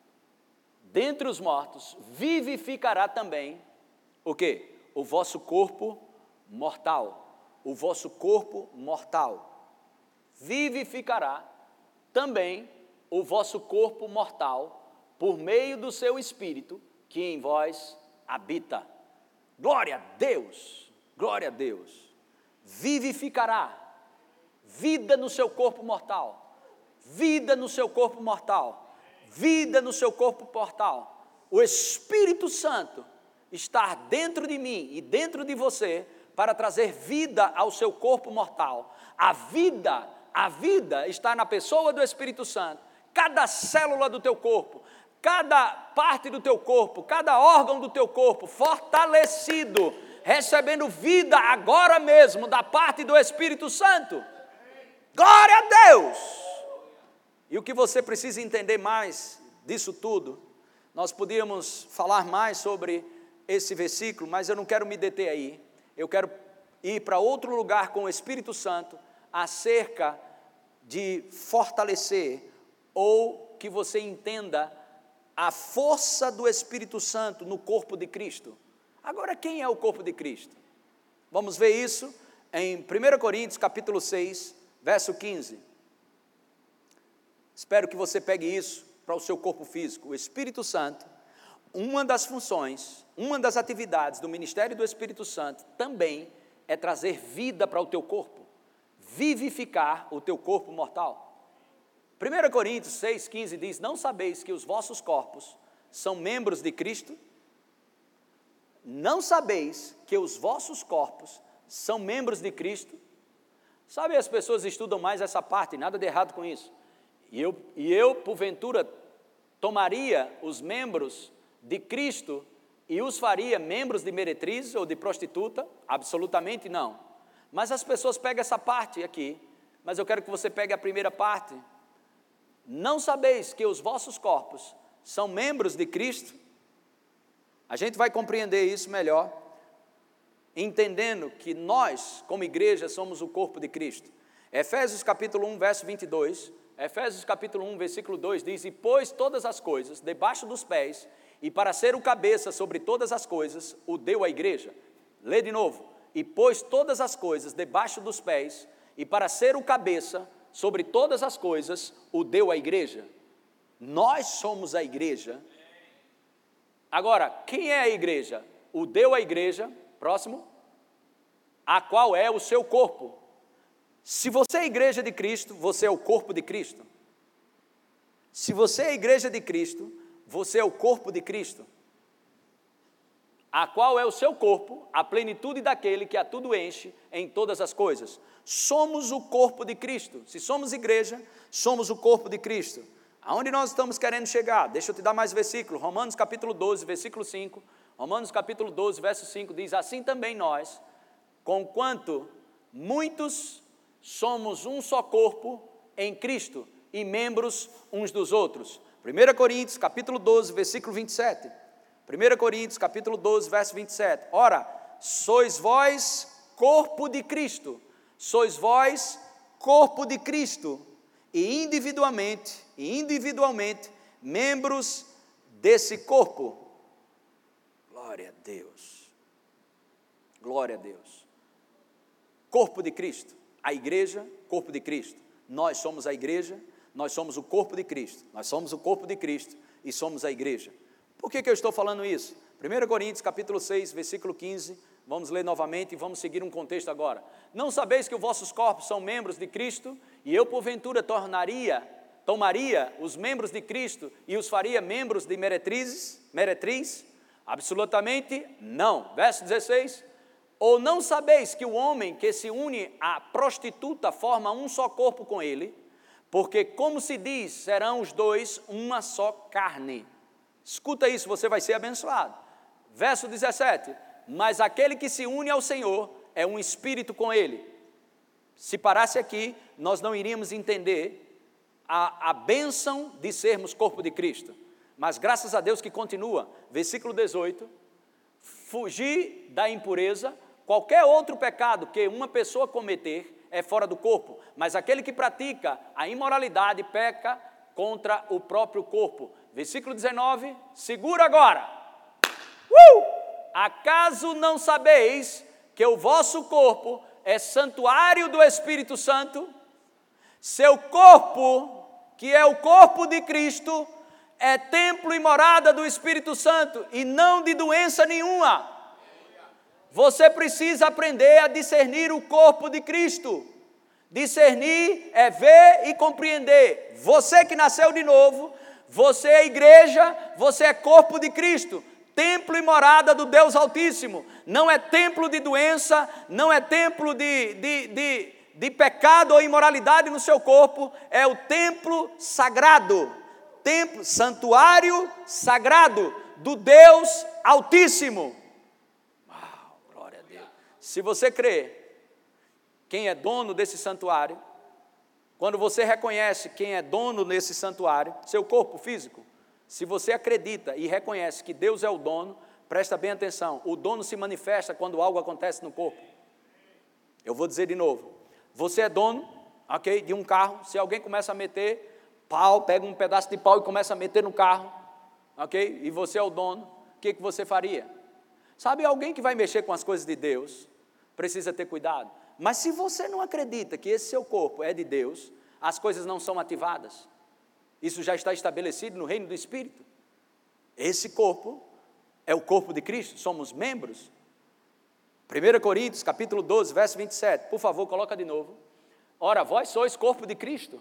dentre os mortos, vivificará também o quê? O vosso corpo mortal, o vosso corpo mortal, vivificará também o vosso corpo mortal, por meio do seu Espírito, que em vós habita. Glória a Deus, glória a Deus, vivificará, vida no seu corpo mortal, vida no seu corpo mortal, vida no seu corpo mortal, o Espírito Santo está dentro de mim e dentro de você, para trazer vida ao seu corpo mortal. A vida, a vida está na pessoa do Espírito Santo. Cada célula do teu corpo, cada parte do teu corpo, cada órgão do teu corpo, fortalecido, recebendo vida agora mesmo, da parte do Espírito Santo. Glória a Deus! E o que você precisa entender mais disso tudo, nós podíamos falar mais sobre esse versículo, mas eu não quero me deter aí, eu quero ir para outro lugar com o Espírito Santo, acerca de fortalecer, ou que você entenda a força do Espírito Santo no corpo de Cristo. Agora, quem é o corpo de Cristo? Vamos ver isso em primeira Coríntios capítulo seis, verso quinze. Espero que você pegue isso para o seu corpo físico. O Espírito Santo, uma das funções, uma das atividades do ministério do Espírito Santo também é trazer vida para o teu corpo, vivificar o teu corpo mortal. primeira Coríntios seis, quinze diz: não sabeis que os vossos corpos são membros de Cristo? Não sabeis que os vossos corpos são membros de Cristo? Sabe, as pessoas estudam mais essa parte, nada de errado com isso. E eu, e eu, porventura, tomaria os membros de Cristo e os faria membros de meretriz ou de prostituta? Absolutamente não. Mas as pessoas pegam essa parte aqui, mas eu quero que você pegue a primeira parte. Não sabeis que os vossos corpos são membros de Cristo? A gente vai compreender isso melhor, entendendo que nós, como igreja, somos o corpo de Cristo. Efésios capítulo um, verso vinte e dois, Efésios capítulo um, versículo dois diz: e pôs todas as coisas debaixo dos pés, e para ser o cabeça sobre todas as coisas, o deu à igreja. Lê de novo. E pôs todas as coisas debaixo dos pés, e para ser o cabeça sobre todas as coisas, o deu à igreja. Nós somos a igreja. Agora, quem é a igreja? O deu à igreja, próximo, a qual é o seu corpo. Se você é a igreja de Cristo, você é o corpo de Cristo. Se você é a igreja de Cristo, você é o corpo de Cristo, a qual é o seu corpo, a plenitude daquele que a tudo enche em todas as coisas. Somos o corpo de Cristo. Se somos igreja, somos o corpo de Cristo. Aonde nós estamos querendo chegar? Deixa eu te dar mais versículo. Romanos capítulo doze, versículo cinco. Romanos capítulo doze, verso cinco diz: assim também nós, conquanto muitos somos um só corpo em Cristo e membros uns dos outros. primeira Coríntios capítulo doze, versículo vinte e sete. primeira Coríntios capítulo doze, verso vinte e sete. Ora, sois vós corpo de Cristo, sois vós corpo de Cristo, e individualmente, e individualmente, membros desse corpo. Glória a Deus, glória a Deus. Corpo de Cristo, a igreja, corpo de Cristo. Nós somos a igreja, nós somos o corpo de Cristo, nós somos o corpo de Cristo e somos a igreja. Por que que eu estou falando isso? primeira Coríntios capítulo seis, versículo quinze, vamos ler novamente e vamos seguir um contexto agora. Não sabeis que os vossos corpos são membros de Cristo, e eu porventura tornaria, tomaria os membros de Cristo e os faria membros de meretrizes, meretriz? Absolutamente não. Verso dezesseis, ou não sabeis que o homem que se une à prostituta forma um só corpo com ele? Porque como se diz, serão os dois uma só carne. Escuta isso, você vai ser abençoado. Verso dezessete, mas aquele que se une ao Senhor é um espírito com ele. Se parasse aqui, nós não iríamos entender a, a bênção de sermos corpo de Cristo. Mas graças a Deus que continua, versículo dezoito, fugir da impureza, qualquer outro pecado que uma pessoa cometer é fora do corpo, mas aquele que pratica a imoralidade peca contra o próprio corpo. Versículo dezenove, segura agora. Uh! Acaso não sabeis que o vosso corpo é santuário do Espírito Santo? Seu corpo, que é o corpo de Cristo, é templo e morada do Espírito Santo e não de doença nenhuma. Você precisa aprender a discernir o corpo de Cristo. Discernir é ver e compreender. Você que nasceu de novo, você é igreja, você é corpo de Cristo, templo e morada do Deus Altíssimo. Não é templo de doença, não é templo de, de, de, de pecado ou imoralidade no seu corpo, é o templo sagrado, templo, santuário sagrado do Deus Altíssimo. Uau, glória a Deus. Se você crê quem é dono desse santuário, quando você reconhece quem é dono desse santuário, seu corpo físico, se você acredita e reconhece que Deus é o dono, presta bem atenção, o dono se manifesta quando algo acontece no corpo. Eu vou dizer de novo, você é dono, ok, de um carro, se alguém começa a meter pau, pega um pedaço de pau e começa a meter no carro, ok, e você é o dono, o que, que você faria? Sabe, alguém que vai mexer com as coisas de Deus, precisa ter cuidado. Mas se você não acredita que esse seu corpo é de Deus, as coisas não são ativadas. Isso já está estabelecido no reino do Espírito. Esse corpo é o corpo de Cristo, somos membros. primeira Coríntios, capítulo doze, verso vinte e sete. Por favor, coloca de novo. Ora, vós sois corpo de Cristo.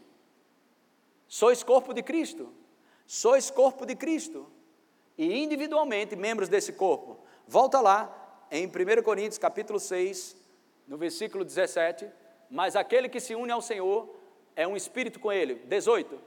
Sois corpo de Cristo. Sois corpo de Cristo. E individualmente membros desse corpo. Volta lá em primeira Coríntios, capítulo seis, no versículo dezessete, mas aquele que se une ao Senhor é um espírito com ele. dezoito,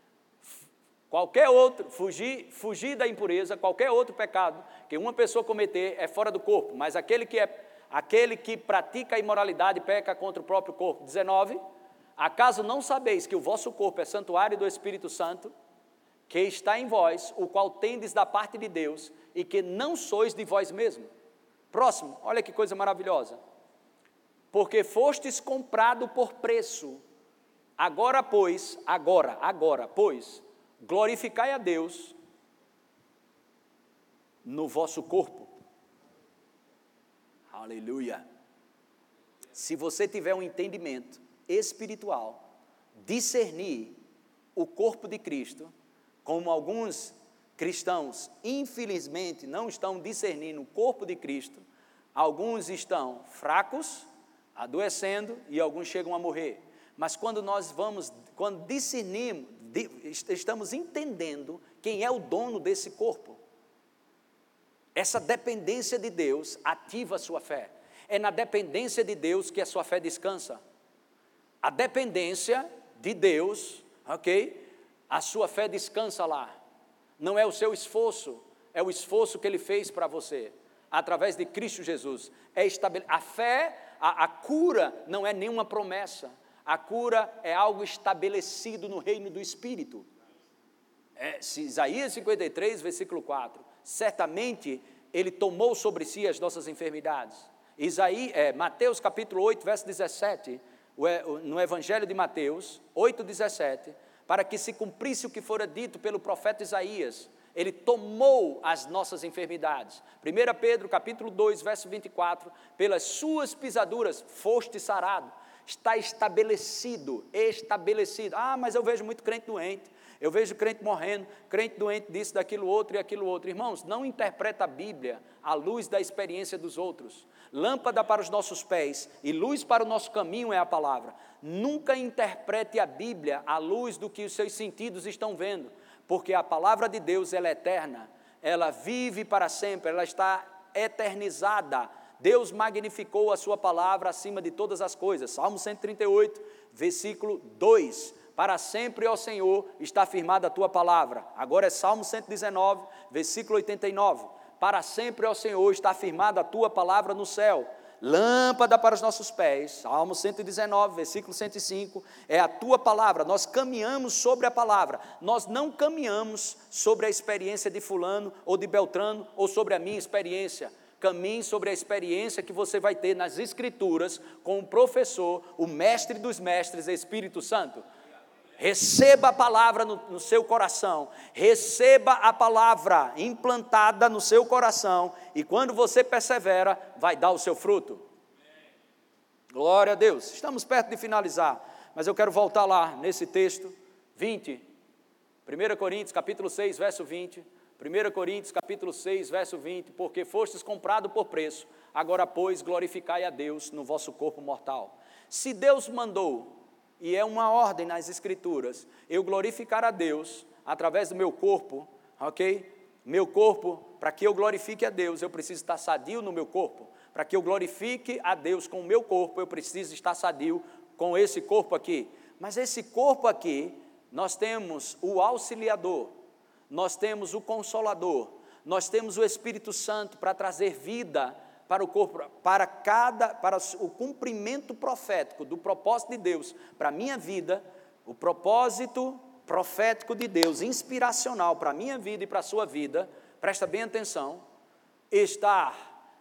qualquer outro, fugir, fugir da impureza, qualquer outro pecado que uma pessoa cometer é fora do corpo, mas aquele que, é, aquele que pratica a imoralidade peca contra o próprio corpo. dezenove, acaso não sabeis que o vosso corpo é santuário do Espírito Santo, que está em vós, o qual tendes da parte de Deus, e que não sois de vós mesmo. Próximo, olha que coisa maravilhosa. Porque fostes comprado por preço. Agora, pois, agora, agora, pois, glorificai a Deus no vosso corpo. Aleluia. Se você tiver um entendimento espiritual, discernir o corpo de Cristo, como alguns cristãos, infelizmente, não estão discernindo o corpo de Cristo, alguns estão fracos, adoecendo, e alguns chegam a morrer. Mas quando nós vamos, quando discernimos, estamos entendendo quem é o dono desse corpo. Essa dependência de Deus ativa a sua fé. É na dependência de Deus que a sua fé descansa. A dependência de Deus, ok? A sua fé descansa lá. Não é o seu esforço, é o esforço que Ele fez para você, através de Cristo Jesus. É estabele... A fé, a, a cura não é nenhuma promessa. A cura é algo estabelecido no reino do Espírito. É, Isaías cinquenta e três, versículo quatro. Certamente Ele tomou sobre si as nossas enfermidades. Isaías, é, Mateus capítulo oito, verso dezessete, no Evangelho de Mateus, oito, dezessete, para que se cumprisse o que fora dito pelo profeta Isaías, Ele tomou as nossas enfermidades. primeira Pedro capítulo dois, verso vinte e quatro, pelas suas pisaduras foste sarado. Está estabelecido, estabelecido. Ah, mas eu vejo muito crente doente, eu vejo crente morrendo, crente doente disso, daquilo outro e aquilo outro. Irmãos, não interpreta a Bíblia à luz da experiência dos outros. Lâmpada para os nossos pés e luz para o nosso caminho é a palavra. Nunca interprete a Bíblia à luz do que os seus sentidos estão vendo, porque a palavra de Deus, ela é eterna, ela vive para sempre, ela está eternizada. Deus magnificou a sua palavra acima de todas as coisas. Salmo cento e trinta e oito, versículo dois. Para sempre, ó Senhor, está firmada a tua palavra. Agora é Salmo cento e dezenove, versículo oitenta e nove. Para sempre, ó Senhor, está firmada a tua palavra no céu. Lâmpada para os nossos pés. Salmo cento e dezenove, versículo cento e cinco. É a tua palavra. Nós caminhamos sobre a palavra. Nós não caminhamos sobre a experiência de fulano ou de Beltrano ou sobre a minha experiência. Caminhe sobre a experiência que você vai ter nas Escrituras com o professor, o mestre dos mestres, Espírito Santo. Receba a palavra no, no seu coração, receba a palavra implantada no seu coração, e quando você persevera, vai dar o seu fruto. Glória a Deus. Estamos perto de finalizar, mas eu quero voltar lá nesse texto, vinte, primeira Coríntios capítulo seis, verso vinte, primeira Coríntios capítulo seis, verso vinte, porque fostes comprado por preço, agora pois glorificai a Deus no vosso corpo mortal. Se Deus mandou, e é uma ordem nas Escrituras, eu glorificar a Deus através do meu corpo, ok? Meu corpo, para que eu glorifique a Deus, eu preciso estar sadio no meu corpo. Para que eu glorifique a Deus com o meu corpo, eu preciso estar sadio com esse corpo aqui. Mas esse corpo aqui, nós temos o auxiliador, nós temos o consolador, nós temos o Espírito Santo para trazer vida para o corpo, para cada, para o cumprimento profético do propósito de Deus para a minha vida, o propósito profético de Deus, inspiracional para a minha vida e para a sua vida, presta bem atenção, está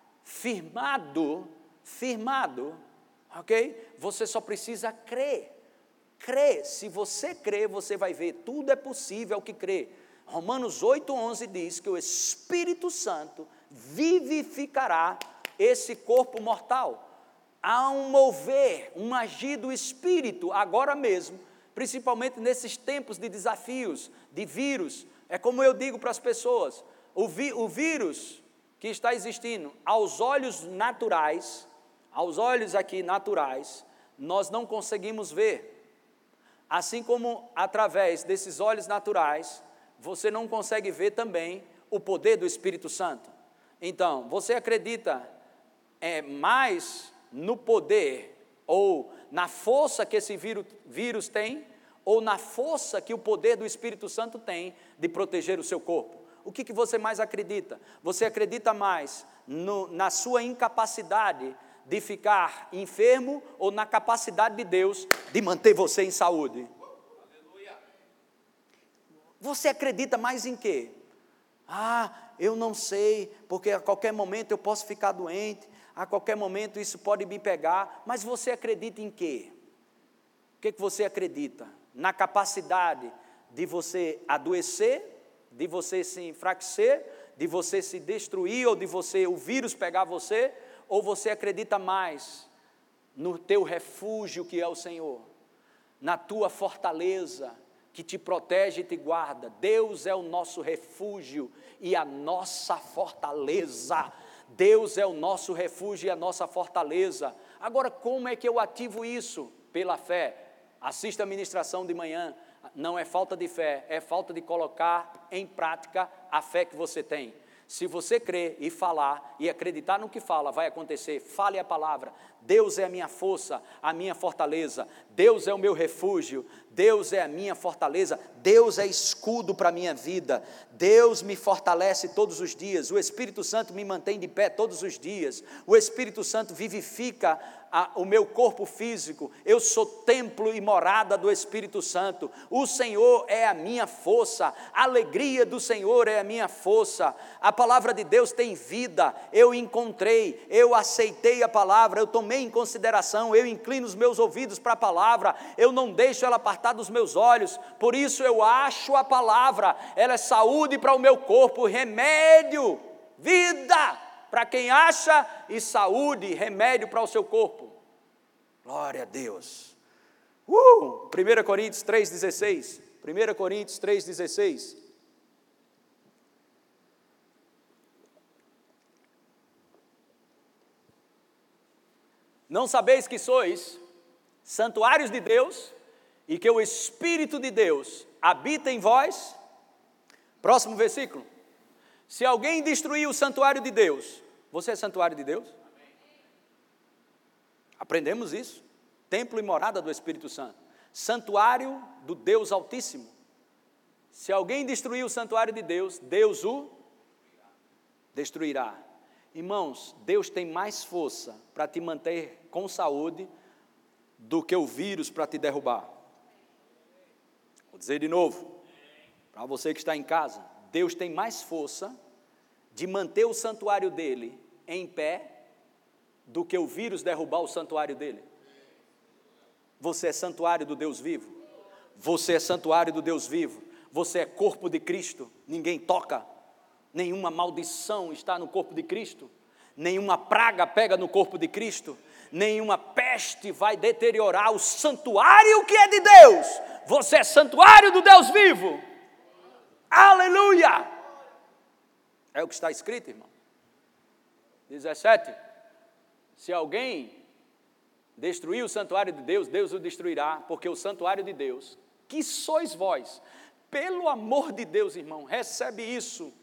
firmado, firmado, ok? Você só precisa crer, crer, se você crer, você vai ver, tudo é possível ao que crê. Romanos oito, onze diz que o Espírito Santo vivificará esse corpo mortal. Há um mover, um agir do Espírito agora mesmo, principalmente nesses tempos de desafios, de vírus. É como eu digo para as pessoas, o, vi, o vírus que está existindo, aos olhos naturais, aos olhos aqui naturais, nós não conseguimos ver. Assim como através desses olhos naturais, você não consegue ver também o poder do Espírito Santo. Então, você acredita é, mais no poder ou na força que esse vírus, vírus tem, ou na força que o poder do Espírito Santo tem de proteger o seu corpo? O que, que você mais acredita? Você acredita mais no, na sua incapacidade de ficar enfermo ou na capacidade de Deus de manter você em saúde? Você acredita mais em quê? Ah, eu não sei, porque a qualquer momento eu posso ficar doente, a qualquer momento isso pode me pegar, mas você acredita em quê? O que, que você acredita? Na capacidade de você adoecer, de você se enfraquecer, de você se destruir, ou de você, o vírus pegar você, ou você acredita mais no teu refúgio que é o Senhor, na tua fortaleza que te protege e te guarda? Deus é o nosso refúgio e a nossa fortaleza. Deus é o nosso refúgio e a nossa fortaleza. Agora, como é que eu ativo isso? Pela fé. Assista a ministração de manhã. Não é falta de fé, é falta de colocar em prática a fé que você tem. Se você crer e falar e acreditar no que fala, vai acontecer. Fale a palavra. Deus é a minha força, a minha fortaleza. Deus é o meu refúgio. Deus é a minha fortaleza. Deus é escudo para a minha vida. Deus me fortalece todos os dias. O Espírito Santo me mantém de pé todos os dias. O Espírito Santo vivifica a, o meu corpo físico. Eu sou templo e morada do Espírito Santo. O Senhor é a minha força. A alegria do Senhor é a minha força. A palavra de Deus tem vida. Eu encontrei, eu aceitei a palavra, eu tomei em consideração, eu inclino os meus ouvidos para a palavra, eu não deixo ela apartar dos meus olhos. Por isso eu acho a palavra, ela é saúde para o meu corpo, remédio, vida para quem acha, e saúde, remédio para o seu corpo. Glória a Deus. uh, primeira Coríntios três, dezesseis, primeira Coríntios três, dezesseis. Não sabeis que sois santuários de Deus e que o Espírito de Deus habita em vós? Próximo versículo. Se alguém destruir o santuário de Deus, você é santuário de Deus? Aprendemos isso. Templo e morada do Espírito Santo. Santuário do Deus Altíssimo. Se alguém destruir o santuário de Deus, Deus o destruirá. Irmãos, Deus tem mais força para te manter com saúde do que o vírus para te derrubar. Vou dizer de novo, para você que está em casa, Deus tem mais força de manter o santuário dele em pé do que o vírus derrubar o santuário dele. Você é santuário do Deus vivo. Você é santuário do Deus vivo. Você é corpo de Cristo. Ninguém toca. Nenhuma maldição está no corpo de Cristo. Nenhuma praga pega no corpo de Cristo. Nenhuma peste vai deteriorar o santuário que é de Deus. Você é santuário do Deus vivo. Aleluia! É o que está escrito, irmão. dezessete. Se alguém destruir o santuário de Deus, Deus o destruirá, porque o santuário de Deus, que sois vós, pelo amor de Deus, irmão, recebe isso.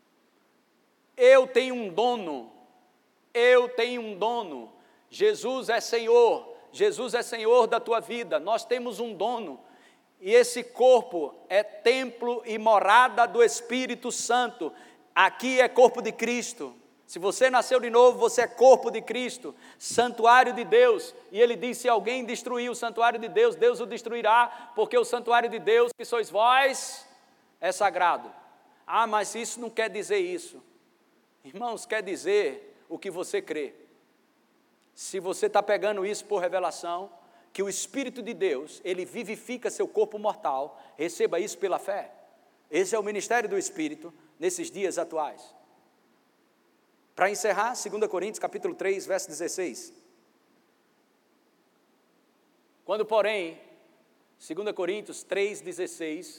Eu tenho um dono, eu tenho um dono, Jesus é Senhor, Jesus é Senhor da tua vida, nós temos um dono, e esse corpo é templo e morada do Espírito Santo, aqui é corpo de Cristo. Se você nasceu de novo, você é corpo de Cristo, santuário de Deus, e ele disse: se alguém destruir o santuário de Deus, Deus o destruirá, porque o santuário de Deus, que sois vós, é sagrado. Ah, mas isso não quer dizer isso. Irmãos, quer dizer o que você crê. Se você está pegando isso por revelação, que o Espírito de Deus, ele vivifica seu corpo mortal, receba isso pela fé. Esse é o ministério do Espírito nesses dias atuais. Para encerrar, segunda Coríntios capítulo três, verso dezesseis. Quando, porém, segunda Coríntios três, dezesseis,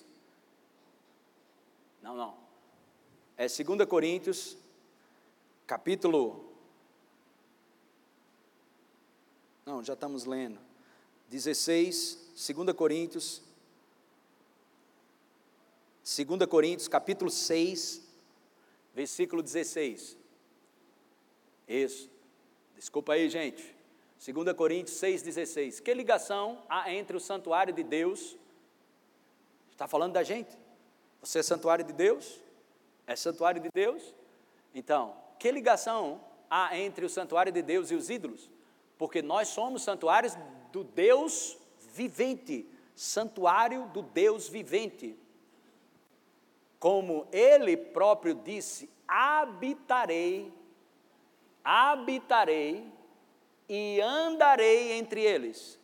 não, não, é segunda Coríntios, capítulo, não, já estamos lendo, dezesseis, segunda Coríntios, segunda Coríntios, capítulo seis, versículo dezesseis. Isso, desculpa aí, gente, segunda Coríntios seis, dezesseis, que ligação há entre o santuário de Deus, está falando da gente, você é santuário de Deus, é santuário de Deus, então, que ligação há entre o santuário de Deus e os ídolos? Porque nós somos santuários do Deus vivente, santuário do Deus vivente. como Ele próprio disse, habitarei, habitarei e andarei entre eles.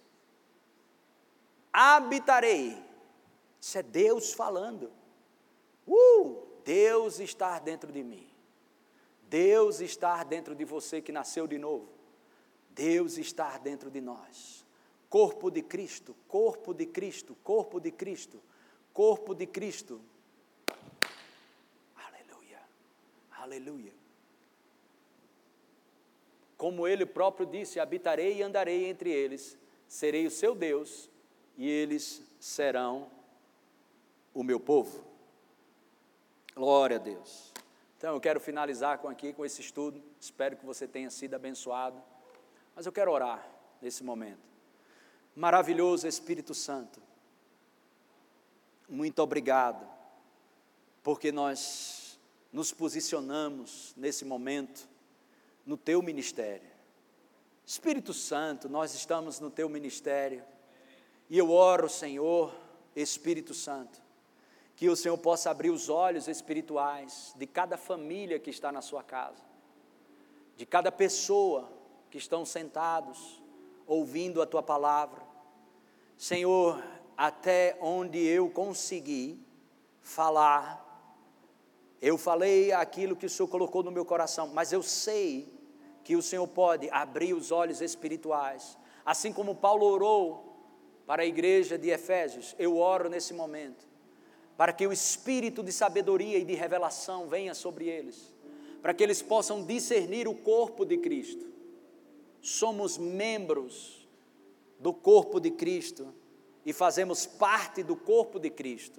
Habitarei. Isso é Deus falando. Uh, Deus está dentro de mim. Deus está dentro de você que nasceu de novo. Deus está dentro de nós. Corpo de Cristo, corpo de Cristo, corpo de Cristo, corpo de Cristo. Aleluia, aleluia. Como Ele próprio disse, habitarei e andarei entre eles, serei o seu Deus e eles serão o meu povo. Glória a Deus. Então eu quero finalizar com aqui com esse estudo, espero que você tenha sido abençoado, mas eu quero orar nesse momento. Maravilhoso Espírito Santo, muito obrigado, porque nós nos posicionamos nesse momento no Teu ministério. Espírito Santo, nós estamos no Teu ministério, e eu oro, Senhor, Espírito Santo, que o Senhor possa abrir os olhos espirituais de cada família que está na sua casa, de cada pessoa que estão sentados, ouvindo a Tua palavra. Senhor, até onde eu consegui falar, eu falei aquilo que o Senhor colocou no meu coração, mas eu sei que o Senhor pode abrir os olhos espirituais, assim como Paulo orou para a igreja de Efésios. Eu oro nesse momento, para que o espírito de sabedoria e de revelação venha sobre eles, para que eles possam discernir o corpo de Cristo. Somos membros do corpo de Cristo e fazemos parte do corpo de Cristo.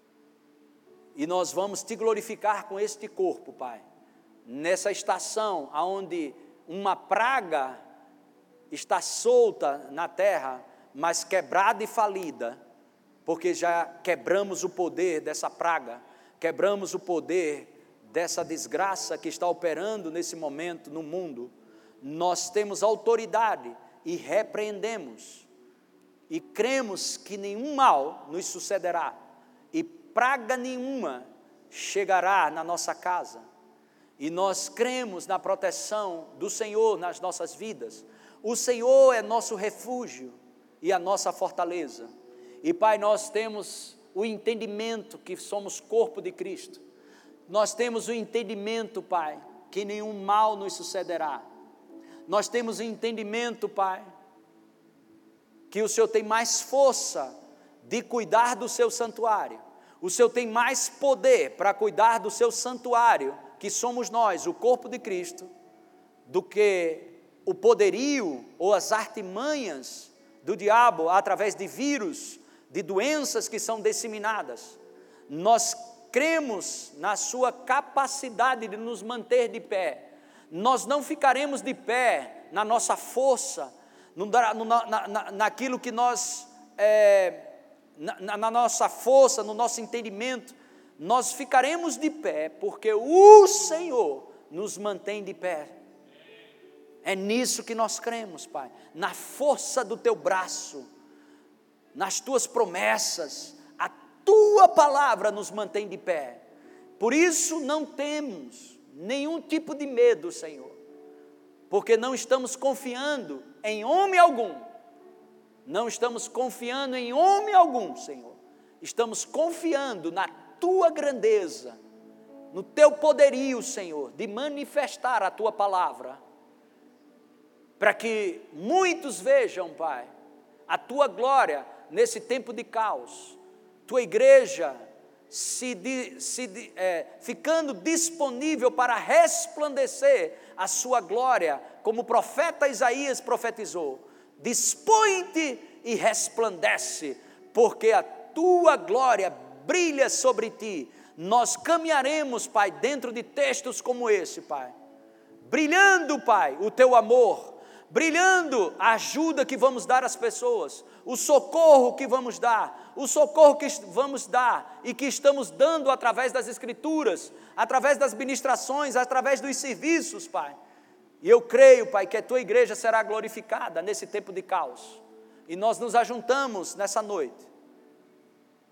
E nós vamos Te glorificar com este corpo, Pai, nessa estação onde uma praga está solta na terra, mas quebrada e falida, porque já quebramos o poder dessa praga, quebramos o poder dessa desgraça que está operando nesse momento no mundo. Nós temos autoridade e repreendemos, e cremos que nenhum mal nos sucederá, e praga nenhuma chegará na nossa casa, e nós cremos na proteção do Senhor nas nossas vidas. O Senhor é nosso refúgio e a nossa fortaleza. E Pai, nós temos o entendimento que somos corpo de Cristo. Nós temos o entendimento, Pai, que nenhum mal nos sucederá. Nós temos o entendimento, Pai, que o Senhor tem mais força de cuidar do seu santuário. O Senhor tem mais poder para cuidar do seu santuário, que somos nós, o corpo de Cristo, do que o poderio ou as artimanhas do diabo através de vírus, de doenças que são disseminadas. Nós cremos na sua capacidade de nos manter de pé. Nós não ficaremos de pé na nossa força, no, no, na, na, naquilo que nós, é, na, na nossa força, no nosso entendimento. Nós ficaremos de pé porque o Senhor nos mantém de pé. É nisso que nós cremos, Pai, na força do Teu braço, nas Tuas promessas. A Tua palavra nos mantém de pé. Por isso não temos nenhum tipo de medo, Senhor, porque não estamos confiando em homem algum, não estamos confiando em homem algum, Senhor, estamos confiando na Tua grandeza, no Teu poderio, Senhor, de manifestar a Tua palavra, para que muitos vejam, Pai, a Tua glória nesse tempo de caos, Tua igreja se, se é, ficando disponível para resplandecer a Sua glória, como o profeta Isaías profetizou. Dispõe-te e resplandece, porque a Tua glória brilha sobre ti. Nós caminharemos, Pai, dentro de textos como esse, Pai, brilhando, Pai, o Teu amor, brilhando a ajuda que vamos dar às pessoas, o socorro que vamos dar, o socorro que vamos dar e que estamos dando através das Escrituras, através das ministrações, através dos serviços, Pai. E eu creio, Pai, que a Tua igreja será glorificada nesse tempo de caos. E nós nos ajuntamos nessa noite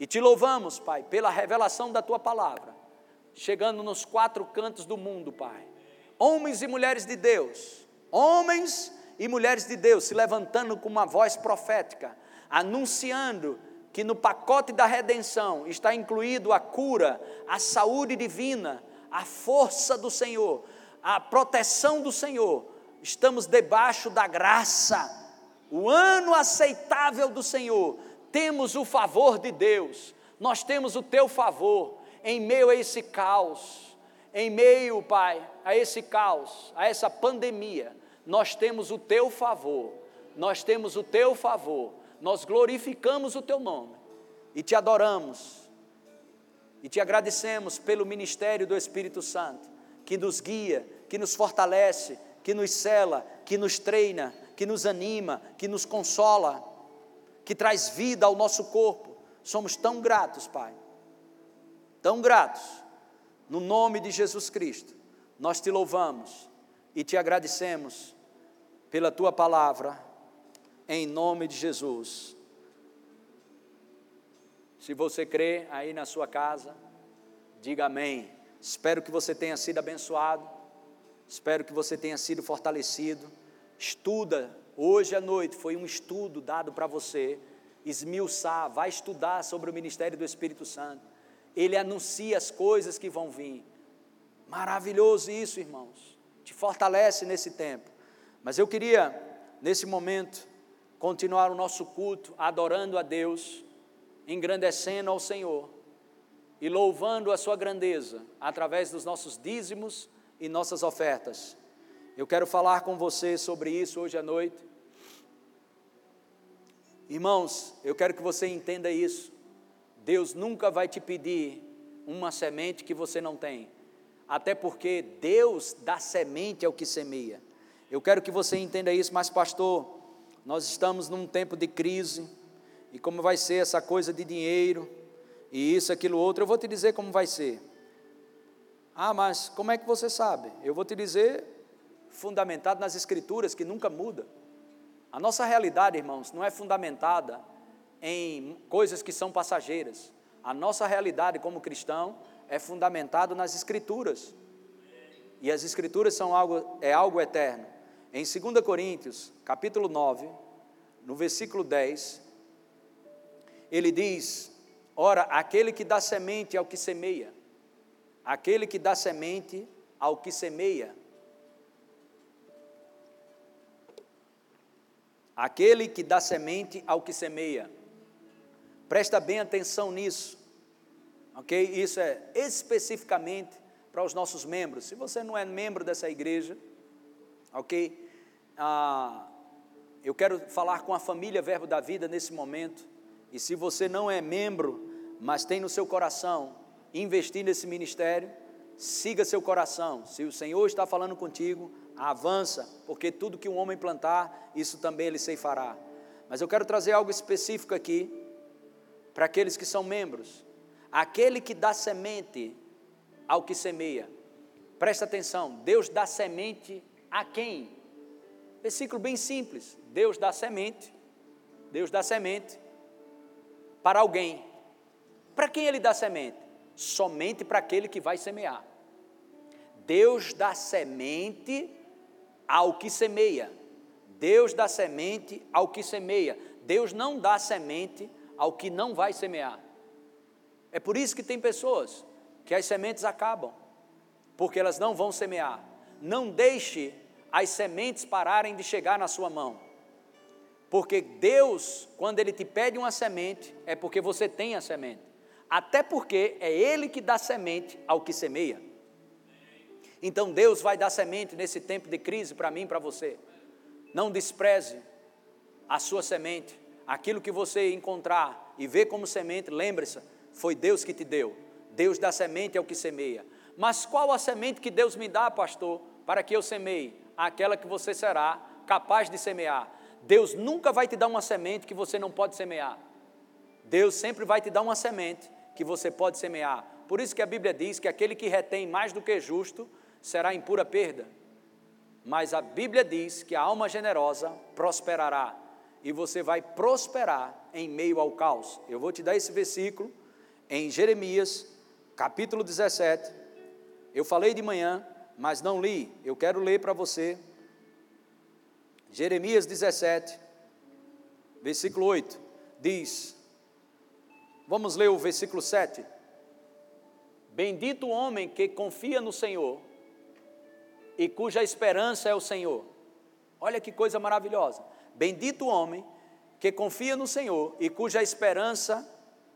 E te louvamos, Pai, pela revelação da Tua palavra, chegando nos quatro cantos do mundo, Pai. Homens e mulheres de Deus, homens e mulheres de Deus, se levantando com uma voz profética, anunciando que no pacote da redenção está incluído a cura, a saúde divina, a força do Senhor, a proteção do Senhor. Estamos debaixo da graça, o ano aceitável do Senhor. Temos o favor de Deus, nós temos o Teu favor em meio a esse caos, em meio, Pai, a esse caos, a essa pandemia. Nós temos o Teu favor, nós temos o Teu favor, nós glorificamos o Teu nome e Te adoramos e Te agradecemos pelo ministério do Espírito Santo, que nos guia, que nos fortalece, que nos cela, que nos treina, que nos anima, que nos consola, que traz vida ao nosso corpo. Somos tão gratos, Pai, tão gratos, no nome de Jesus Cristo. Nós Te louvamos e Te agradecemos pela Tua palavra, em nome de Jesus. Se você crê aí na sua casa, diga amém. Espero que você tenha sido abençoado, espero que você tenha sido fortalecido. Estuda, hoje à noite foi um estudo dado para você, esmiuçar, vai estudar sobre o ministério do Espírito Santo. Ele anuncia as coisas que vão vir. Maravilhoso isso, irmãos, te fortalece nesse tempo. Mas eu queria, nesse momento, continuar o nosso culto, adorando a Deus, engrandecendo ao Senhor e louvando a sua grandeza, através dos nossos dízimos e nossas ofertas. Eu quero falar com você sobre isso hoje à noite. Irmãos, eu quero que você entenda isso. Deus nunca vai te pedir uma semente que você não tem, até porque Deus dá semente ao que semeia. Eu quero que você entenda isso. Mas pastor, nós estamos num tempo de crise, e como vai ser essa coisa de dinheiro, e isso, aquilo, outro, eu vou te dizer como vai ser. Ah, mas como é que você sabe? Eu vou te dizer, fundamentado nas Escrituras, que nunca muda. A nossa realidade, irmãos, não é fundamentada em coisas que são passageiras. A nossa realidade como cristão é fundamentada nas Escrituras. E as Escrituras são algo, é algo eterno. Em segunda Coríntios, capítulo nove, no versículo dez, ele diz: ora, aquele que dá semente ao que semeia, aquele que dá semente ao que semeia, aquele que dá semente ao que semeia. Presta bem atenção nisso, ok? Isso é especificamente para os nossos membros. Se você não é membro dessa igreja, ok? Ah, eu quero falar com a família Verbo da Vida nesse momento. E se você não é membro, mas tem no seu coração investir nesse ministério, siga seu coração. Se o Senhor está falando contigo, avança, porque tudo que um homem plantar, isso também ele ceifará. Mas eu quero trazer algo específico aqui, para aqueles que são membros. Aquele que dá semente ao que semeia. Presta atenção, Deus dá semente a quem? Versículo bem simples. Deus dá semente, Deus dá semente para alguém. Para quem Ele dá semente? Somente para aquele que vai semear. Deus dá semente ao que semeia. Deus dá semente ao que semeia. Deus não dá semente ao que não vai semear. É por isso que tem pessoas que as sementes acabam, porque elas não vão semear. Não deixe as sementes pararem de chegar na sua mão, porque Deus, quando Ele te pede uma semente, é porque você tem a semente, até porque é Ele que dá semente ao que semeia. Então Deus vai dar semente nesse tempo de crise para mim e para você. Não despreze a sua semente, aquilo que você encontrar e ver como semente, lembre-se, foi Deus que te deu. Deus dá semente ao que semeia. Mas qual a semente que Deus me dá, pastor, para que eu semeie? Aquela que você será capaz de semear. Deus nunca vai te dar uma semente que você não pode semear. Deus sempre vai te dar uma semente que você pode semear. Por isso que a Bíblia diz que aquele que retém mais do que justo será em pura perda. Mas a Bíblia diz que a alma generosa prosperará. E você vai prosperar em meio ao caos. Eu vou te dar esse versículo em Jeremias, capítulo dezessete. Eu falei de manhã, mas não li. Eu quero ler para você. Jeremias dezessete, versículo oito, diz, vamos ler o versículo sete. Bendito o homem que confia no Senhor e cuja esperança é o Senhor. Olha que coisa maravilhosa. Bendito o homem que confia no Senhor e cuja esperança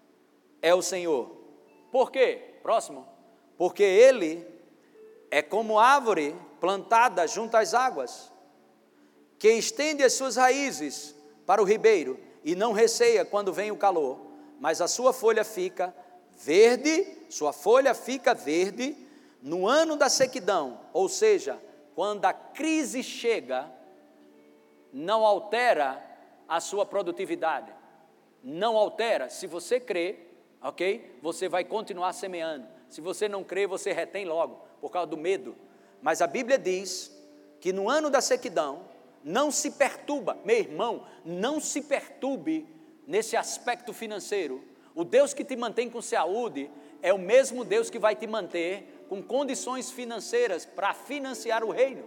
é o Senhor. Por quê? Próximo. Porque ele é como árvore plantada junto às águas, que estende as suas raízes para o ribeiro e não receia quando vem o calor, mas a sua folha fica verde, sua folha fica verde no ano da sequidão, ou seja, quando a crise chega, não altera a sua produtividade, não altera. Se você crê, ok? Você vai continuar semeando. Se você não crê, você retém logo, por causa do medo. Mas a Bíblia diz que no ano da sequidão, não se perturba, meu irmão, não se perturbe nesse aspecto financeiro. O Deus que te mantém com saúde é o mesmo Deus que vai te manter com condições financeiras para financiar o reino.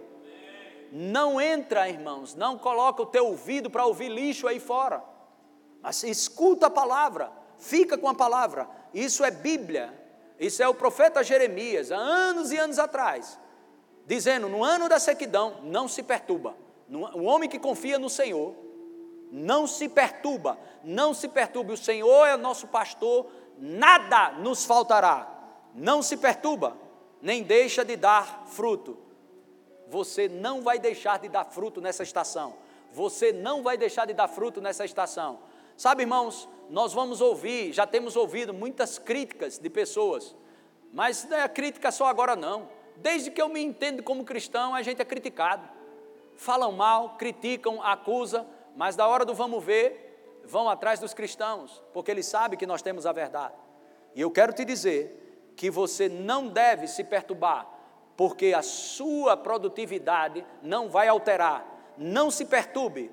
Não entra, irmãos, não coloca o teu ouvido para ouvir lixo aí fora, mas escuta a palavra, fica com a palavra. Isso é Bíblia, isso é o profeta Jeremias, há anos e anos atrás, dizendo, no ano da sequidão, não se perturba. O homem que confia no Senhor, não se perturba, não se perturbe, o Senhor é o nosso pastor, nada nos faltará, não se perturba, nem deixa de dar fruto. Você não vai deixar de dar fruto nessa estação, você não vai deixar de dar fruto nessa estação. Sabe, irmãos, nós vamos ouvir, já temos ouvido muitas críticas de pessoas, mas não é crítica só agora não, desde que eu me entendo como cristão, a gente é criticado, falam mal, criticam, acusam, mas da hora do vamos ver, vão atrás dos cristãos, porque eles sabem que nós temos a verdade. E eu quero te dizer que você não deve se perturbar, porque a sua produtividade não vai alterar. Não se perturbe,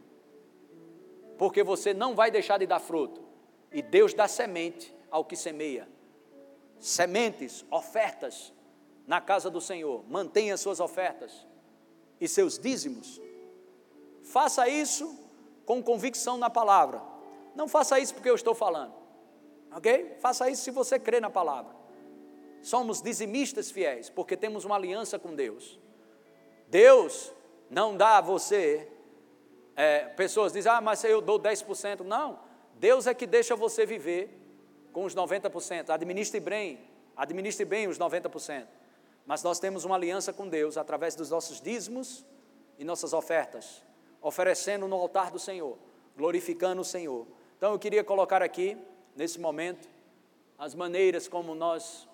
porque você não vai deixar de dar fruto. E Deus dá semente ao que semeia. Sementes, ofertas na casa do Senhor. Mantenha suas ofertas e seus dízimos. Faça isso com convicção na palavra. Não faça isso porque eu estou falando, ok? Faça isso se você crê na palavra. Somos dizimistas fiéis, porque temos uma aliança com Deus. Deus não dá a você, é, pessoas dizem, ah, mas eu dou dez por cento. Não, Deus é que deixa você viver com os noventa por cento. Administre bem, administre bem os noventa por cento. Mas nós temos uma aliança com Deus, através dos nossos dízimos e nossas ofertas, oferecendo no altar do Senhor, glorificando o Senhor. Então eu queria colocar aqui, nesse momento, as maneiras como nós,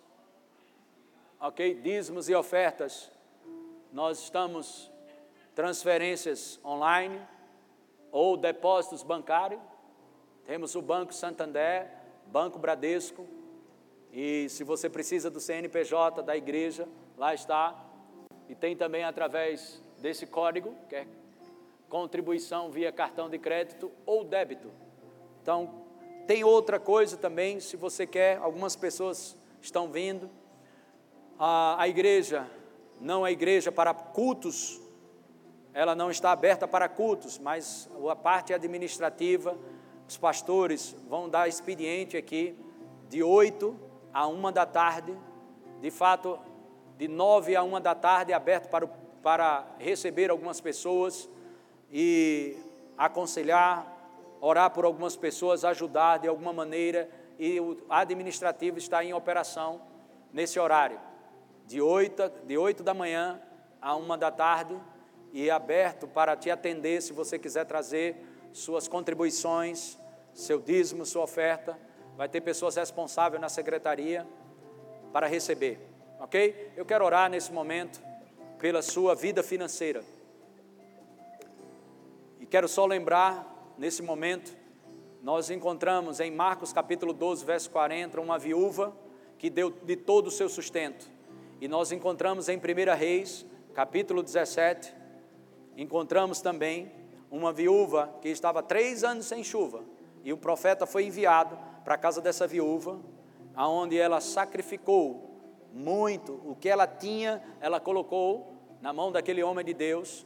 ok, dízimos e ofertas, nós estamos, transferências online, ou depósitos bancários, temos o Banco Santander, Banco Bradesco, e se você precisa do C N P J da igreja, lá está, e tem também através desse código, que é contribuição via cartão de crédito ou débito. Então, tem outra coisa também, se você quer, algumas pessoas estão vindo, a, a igreja, não a igreja para cultos, ela não está aberta para cultos, mas a parte administrativa, os pastores vão dar expediente aqui, de oito a uma da tarde, de fato, de nove a uma da tarde, aberto para, o, para receber algumas pessoas e aconselhar, orar por algumas pessoas, ajudar de alguma maneira, e o administrativo está em operação nesse horário, de oito, de oito da manhã a uma da tarde, e aberto para te atender, se você quiser trazer suas contribuições, seu dízimo, sua oferta, vai ter pessoas responsáveis na secretaria para receber, ok? Eu quero orar nesse momento pela sua vida financeira, e quero só lembrar, nesse momento, nós encontramos em Marcos capítulo doze, verso quarenta, uma viúva que deu de todo o seu sustento, e nós encontramos em primeira Reis, capítulo dezessete, encontramos também uma viúva que estava três anos sem chuva, E o profeta foi enviado para a casa dessa viúva, aonde ela sacrificou muito. O que ela tinha, ela colocou na mão daquele homem de Deus.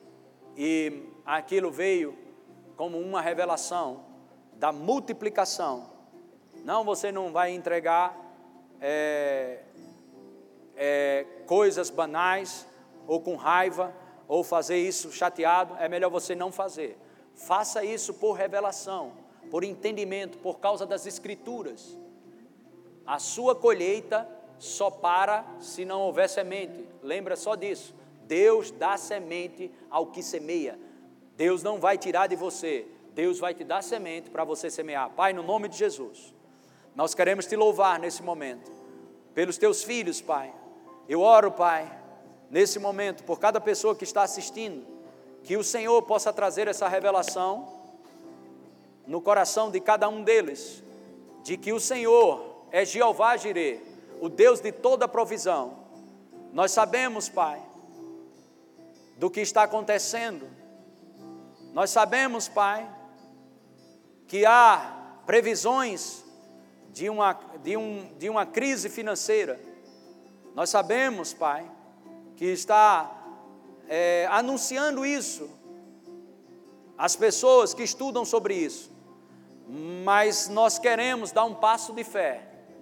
E aquilo veio como uma revelação da multiplicação. Não, você não vai entregar é, é, coisas banais, ou com raiva, ou fazer isso chateado. É melhor você não fazer. Faça isso por revelação, por entendimento, por causa das Escrituras. A sua colheita só para se não houver semente. Lembra só disso. Deus dá semente ao que semeia. Deus não vai tirar de você. Deus vai te dar semente para você semear. Pai, no nome de Jesus, nós queremos te louvar nesse momento, pelos teus filhos, Pai. Eu oro, Pai, nesse momento, por cada pessoa que está assistindo, que o Senhor possa trazer essa revelação no coração de cada um deles, de que o Senhor é Jeová Jirê, o Deus de toda provisão. Nós sabemos, Pai, do que está acontecendo. Nós sabemos, Pai, que há previsões de uma, de um, de uma crise financeira. Nós sabemos, Pai, que está é, anunciando isso as pessoas que estudam sobre isso. Mas nós queremos dar um passo de fé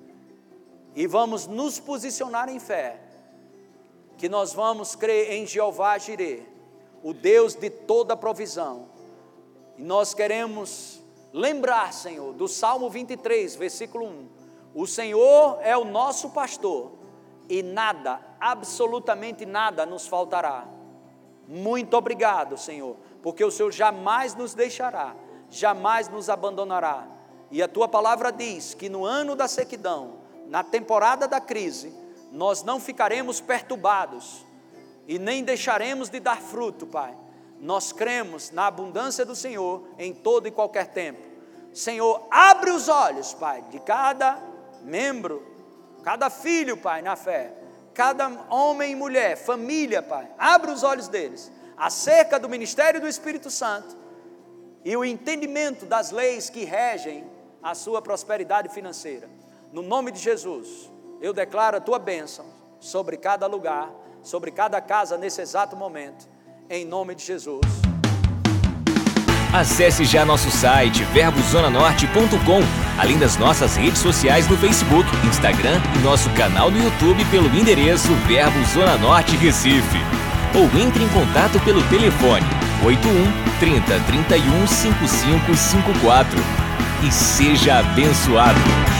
e vamos nos posicionar em fé, que nós vamos crer em Jeová Jirê, o Deus de toda provisão. E nós queremos lembrar, Senhor, do Salmo vinte e três, versículo um. O Senhor é o nosso pastor e nada, absolutamente nada nos faltará. Muito obrigado, Senhor, porque o Senhor jamais nos deixará, jamais nos abandonará. E a Tua palavra diz que no ano da sequidão, na temporada da crise, nós não ficaremos perturbados e nem deixaremos de dar fruto, Pai. Nós cremos na abundância do Senhor em todo e qualquer tempo. Senhor, abre os olhos, Pai, de cada membro, cada filho, Pai, na fé, cada homem e mulher, família, Pai, abre os olhos deles acerca do ministério do Espírito Santo e o entendimento das leis que regem a sua prosperidade financeira. No nome de Jesus, eu declaro a Tua bênção sobre cada lugar, sobre cada casa nesse exato momento, em nome de Jesus. Acesse já nosso site verbo zona norte ponto com, além das nossas redes sociais no Facebook, Instagram e nosso canal no YouTube pelo endereço Verbo Zona Norte Recife. Ou entre em contato pelo telefone oito um, trinta, trinta e um, cinquenta e cinco cinquenta e quatro. E seja abençoado!